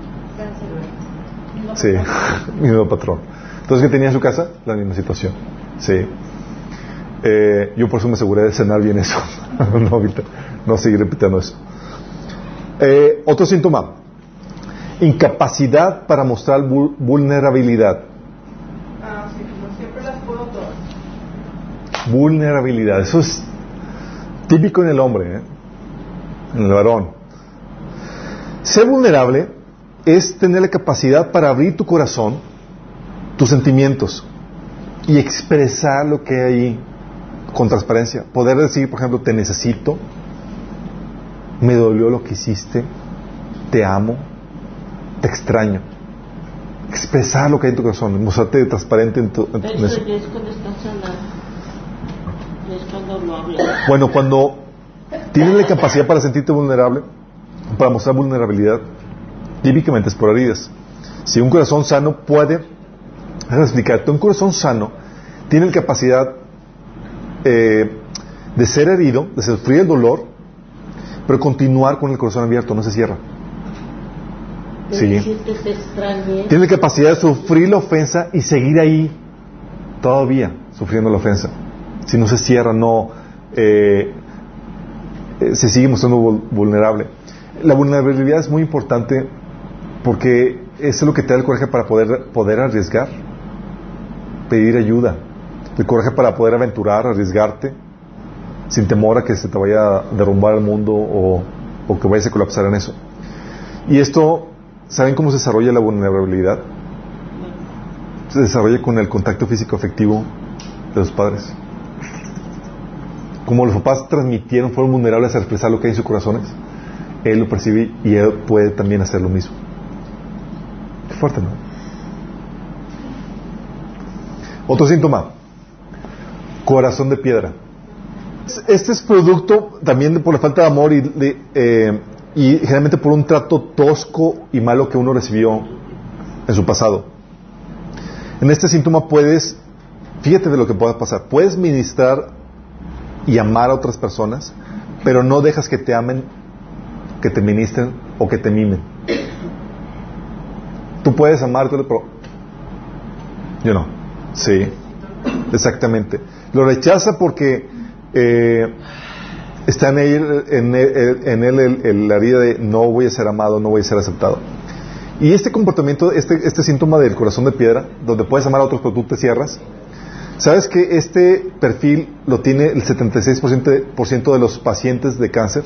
Sí, mismo patrón. Entonces, ¿qué tenía en su casa? La misma situación. Sí. Eh, yo por eso me aseguré de cenar bien eso. no, ahorita, no seguir repitiendo eso. Eh, otro síntoma: incapacidad para mostrar vul- vulnerabilidad. Ah, sí, no siempre las puedo todas. Vulnerabilidad. Eso es típico en el hombre, ¿eh? En el varón. Ser vulnerable es tener la capacidad para abrir tu corazón, tus sentimientos y expresar lo que hay ahí con transparencia. Poder decir, por ejemplo, te necesito, me dolió lo que hiciste, te amo, te extraño. Expresar lo que hay en tu corazón, mostrarte transparente en, tu, en, en eso. Es cuando estás sanando. Es cuando lo hablas. Bueno, cuando tienes la capacidad para sentirte vulnerable, para mostrar vulnerabilidad, típicamente es por heridas. Si un corazón sano puede, déjame explicarte, un corazón sano tiene la capacidad eh, de ser herido, de sufrir el dolor, pero continuar con el corazón abierto, no se cierra. Sí. Tiene la capacidad de sufrir la ofensa y seguir ahí todavía sufriendo la ofensa. Si no se cierra, no eh, eh, se sigue mostrando vulnerable. La vulnerabilidad es muy importante porque eso es lo que te da el coraje para poder, poder arriesgar, pedir ayuda, el coraje para poder aventurar, arriesgarte sin temor a que se te vaya a derrumbar el mundo o, o que vayas a colapsar en eso. Y esto, ¿saben cómo se desarrolla la vulnerabilidad? Se desarrolla con el contacto físico afectivo de los padres. Como los papás transmitieron, fueron vulnerables a expresar lo que hay en sus corazones, él lo percibe y él puede también hacer lo mismo. Qué fuerte, ¿no? Otro síntoma: corazón de piedra. Este es producto también de, por la falta de amor y de, eh, y generalmente por un trato tosco y malo que uno recibió en su pasado. En este síntoma puedes, fíjate de lo que pueda pasar, puedes ministrar y amar a otras personas, pero no dejas que te amen, que te ministren o que te mimen. Tú puedes amarte, pero yo no. Sí, exactamente. Lo rechaza porque eh, está en él, en él, en él el, el, la herida de no voy a ser amado, no voy a ser aceptado. Y este comportamiento, este, este síntoma del corazón de piedra, donde puedes amar a otros pero tú te cierras, ¿sabes que este perfil lo tiene el setenta y seis por ciento de los pacientes de cáncer?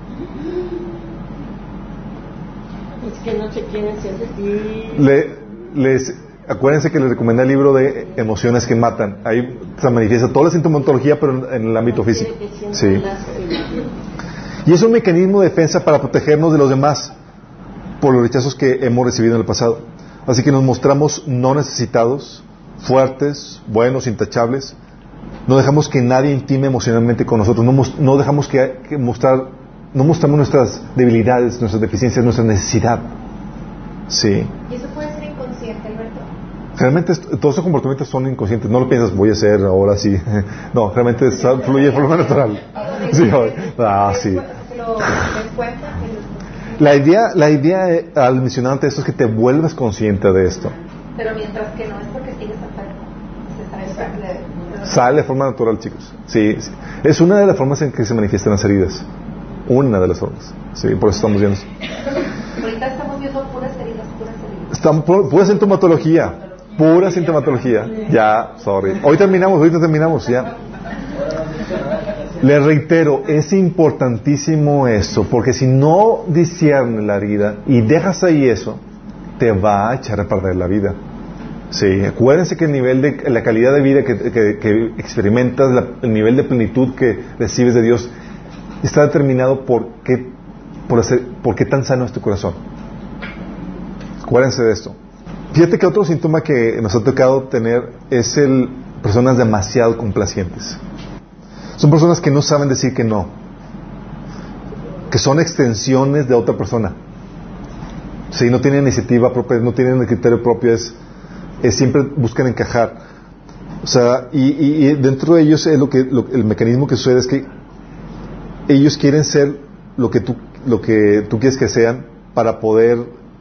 Es que no se quieren sentir. Le, les, acuérdense que les recomendé el libro de Emociones que Matan. Ahí se manifiesta toda la sintomatología, pero en el ámbito físico. Sí. Y es un mecanismo de defensa para protegernos de los demás por los rechazos que hemos recibido en el pasado. Así que nos mostramos no necesitados, fuertes, buenos, intachables. No dejamos que nadie intime emocionalmente con nosotros. No, no dejamos que, que mostrar, no mostramos nuestras debilidades, nuestras deficiencias, nuestra necesidad. Sí. ¿Y eso puede ser inconsciente, Alberto? Realmente todos esos comportamientos son inconscientes. No lo piensas, voy a hacer ahora sí. No, realmente es, fluye de forma natural. Sí, ah, sí. La idea, la idea eh, al mencionar ante esto es que te vuelvas consciente de esto. Pero mientras que no es porque sigues enfermo, se sale, sale de forma natural, chicos. Sí, sí, es una de las formas en que se manifiestan las heridas. Una de las formas. Sí, por eso estamos viendo. Ahorita estamos viendo puras heridas, puras heridas. Estamos pu pura sintomatología, pura sintomatología. Ya, sorry. Hoy terminamos, ahorita terminamos, ya. Les reitero, es importantísimo eso, porque si no disciernes la herida y dejas ahí eso, te va a echar a perder la vida. Sí, acuérdense que el nivel de la calidad de vida que, que, que experimentas, la, el nivel de plenitud que recibes de Dios, está determinado por qué, por, hacer, por qué tan sano es tu corazón. Acuérdense de esto. Fíjate que otro síntoma que nos ha tocado tener es el personas demasiado complacientes. Son personas que no saben decir que no, que son extensiones de otra persona. Sí, no tienen iniciativa propia, no tienen el criterio propio, es, es siempre buscan encajar. O sea, y, y, y dentro de ellos es lo que lo, el mecanismo que sucede es que ellos quieren ser lo que tú lo que tú quieres que sean para poder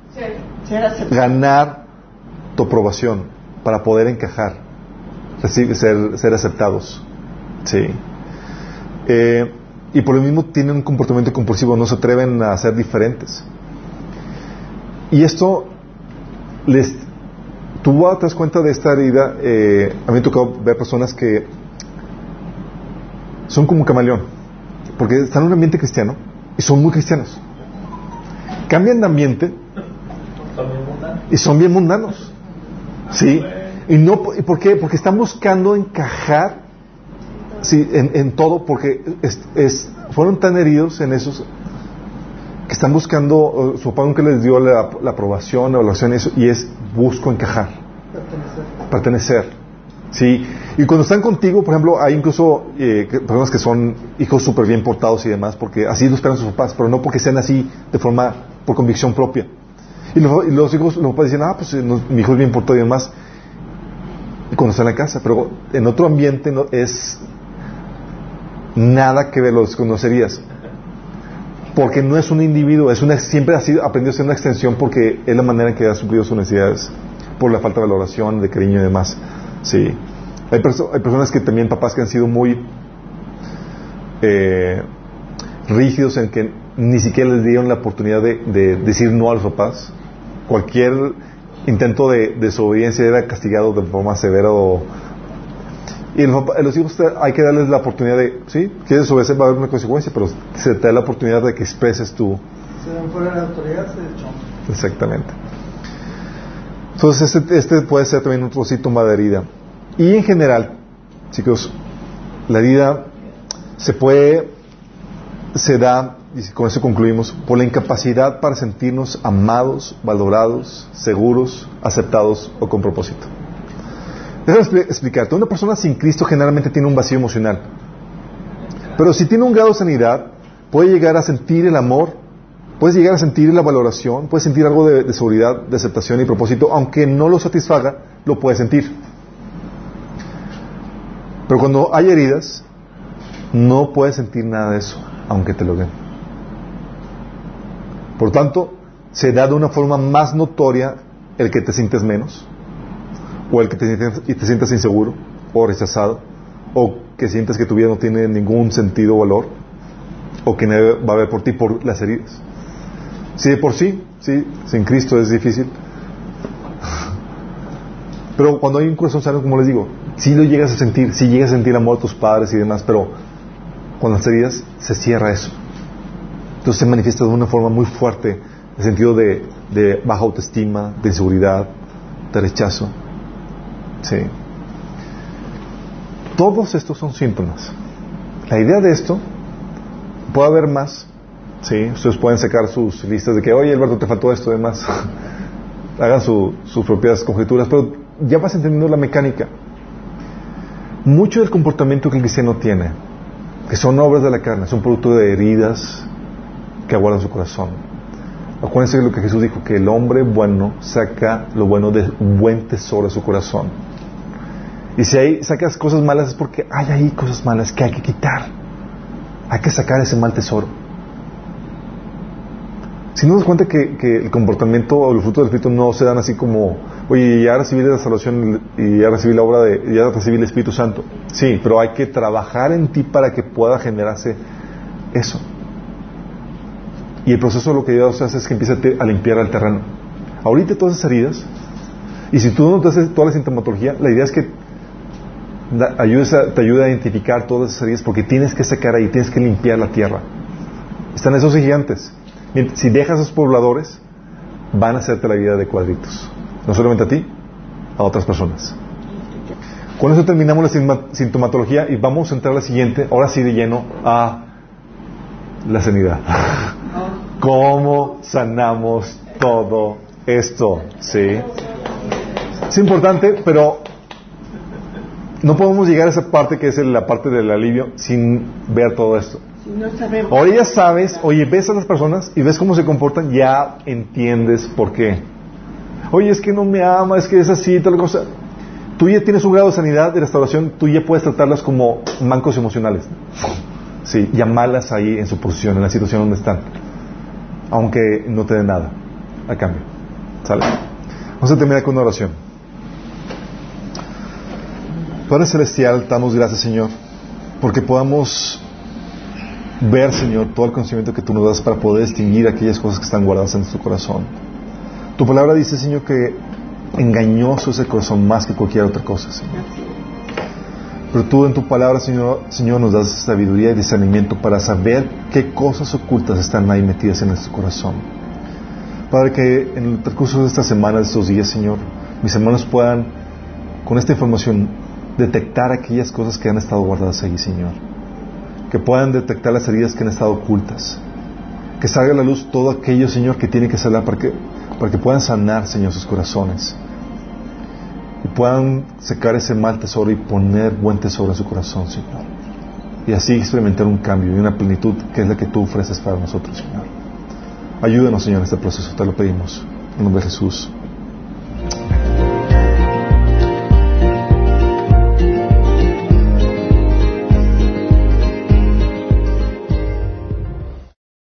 ganar tu aprobación, para poder encajar, recibir, ser, ser aceptados. Sí. Eh, y por lo mismo tienen un comportamiento compulsivo, no se atreven a ser diferentes. Y esto les tú te das cuenta de esta herida. Eh, a mí me ha tocado ver personas que son como camaleón, porque están en un ambiente cristiano y son muy cristianos. Cambian de ambiente y son bien mundanos. Sí. Y no, ¿por qué? Porque están buscando encajar. Sí, en, en todo, porque es, es, fueron tan heridos en esos que están buscando, uh, su papá nunca les dio la, la aprobación, la evaluación, eso, y es busco encajar, pertenecer. pertenecer. Sí, y cuando están contigo, por ejemplo, hay incluso eh, personas que son hijos súper bien portados y demás, porque así lo esperan sus papás, pero no porque sean así de forma, por convicción propia. Y los, y los hijos, los papás dicen, ah, pues no, mi hijo es bien portado y demás, y cuando están en la casa, pero en otro ambiente no, es nada que ver, lo desconocerías, porque no es un individuo, es una, siempre ha sido, aprendió a ser una extensión, porque es la manera en que ha suplido sus necesidades, por la falta de valoración, de cariño y demás. Sí, hay, perso hay personas que también, papás que han sido muy eh, rígidos en que ni siquiera les dieron la oportunidad de, de decir no a los papás. Cualquier intento de, de desobediencia era castigado de forma severa o y el papá, los hijos hay que darles la oportunidad de, sí, quieres desobedecer, va a haber una consecuencia, pero se te da la oportunidad de que expreses tú. Se dan fuera de la autoridad, se echan. Exactamente. Entonces este, este puede ser también otro síntoma de herida. Y en general, chicos, la herida se puede, se da, y con eso concluimos, por la incapacidad para sentirnos amados, valorados, seguros, aceptados o con propósito. Déjame explicarte. Una persona sin Cristo generalmente tiene un vacío emocional. Pero si tiene un grado de sanidad, puede llegar a sentir el amor puedes llegar a sentir la valoración, puedes sentir algo de, de seguridad, de aceptación y propósito, aunque no lo satisfaga, lo puedes sentir. Pero cuando hay heridas, no puedes sentir nada de eso, aunque te lo den. Por tanto, se da de una forma más notoria el que te sientes menos, o el que te sientes, y te sientas inseguro, o rechazado, o que sientes que tu vida no tiene ningún sentido o valor, o que nadie va a ver por ti por las heridas. Si de por sí, sí, sin Cristo es difícil. Pero cuando hay un corazón sano, como les digo, sí lo llegas a sentir, sí llegas a sentir el amor de tus padres y demás, pero con las heridas se cierra eso. Entonces se manifiesta de una forma muy fuerte, en el sentido de, de baja autoestima, de inseguridad, de rechazo. Sí. Todos estos son síntomas. La idea de esto, puede haber más. Sí, ustedes pueden sacar sus listas de que, oye, Alberto, te faltó esto, demás. Hagan su, sus propias conjeturas, pero ya vas entendiendo la mecánica. Mucho del comportamiento que el cristiano tiene, que son obras de la carne, son producto de heridas que aguardan su corazón. Acuérdense de lo que Jesús dijo, que el hombre bueno saca lo bueno de un buen tesoro de su corazón. Y si ahí sacas cosas malas es porque hay ahí cosas malas que hay que quitar. Hay que sacar ese mal tesoro. Si nos das cuenta que, que el comportamiento o el fruto del Espíritu no se dan así como, oye, ya recibí la salvación y ya recibí la obra de, ya recibí el Espíritu Santo. Sí, pero hay que trabajar en ti para que pueda generarse eso. Y el proceso lo que Dios hace es que empieza a limpiar el terreno. Ahorita todas esas heridas, y si tú no te haces toda la sintomatología, la idea es que da, ayudes a, te ayuda a identificar todas esas heridas, porque tienes que sacar ahí, tienes que limpiar la tierra. Están esos gigantes. Si dejas a esos pobladores, van a hacerte la vida de cuadritos. No solamente a ti, a otras personas. Con eso terminamos la sintomatología y vamos a entrar a la siguiente, ahora sí de lleno, a la sanidad. ¿Cómo sanamos todo esto? Sí. Es importante, pero no podemos llegar a esa parte que es la parte del alivio sin ver todo esto. No sabemos. Ahora ya sabes, oye, ves a las personas y ves cómo se comportan, ya entiendes por qué. Oye, es que no me ama, es que es así, tal cosa. Tú ya tienes un grado de sanidad, de restauración, tú ya puedes tratarlas como mancos emocionales. Sí, llamarlas ahí en su posición, en la situación donde están. Aunque no te den nada a cambio. ¿Sale? Vamos a terminar con una oración. Padre Celestial, te damos gracias, Señor, porque podamos ver, Señor, todo el conocimiento que tú nos das para poder distinguir aquellas cosas que están guardadas en nuestro corazón. Tu palabra dice, Señor, que engañoso es el corazón más que cualquier otra cosa, Señor. Pero tú en tu palabra, Señor, Señor, nos das sabiduría y discernimiento para saber qué cosas ocultas están ahí metidas en nuestro corazón. Padre, que en el transcurso de esta semana, de estos días, Señor, mis hermanos puedan, con esta información, detectar aquellas cosas que han estado guardadas ahí, Señor. Que puedan detectar las heridas que han estado ocultas. Que salga a la luz todo aquello, Señor, que tiene que salir para que, para que puedan sanar, Señor, sus corazones. Y puedan sacar ese mal tesoro y poner buen tesoro en su corazón, Señor. Y así experimentar un cambio y una plenitud que es la que tú ofreces para nosotros, Señor. Ayúdanos, Señor, en este proceso, te lo pedimos. En nombre de Jesús.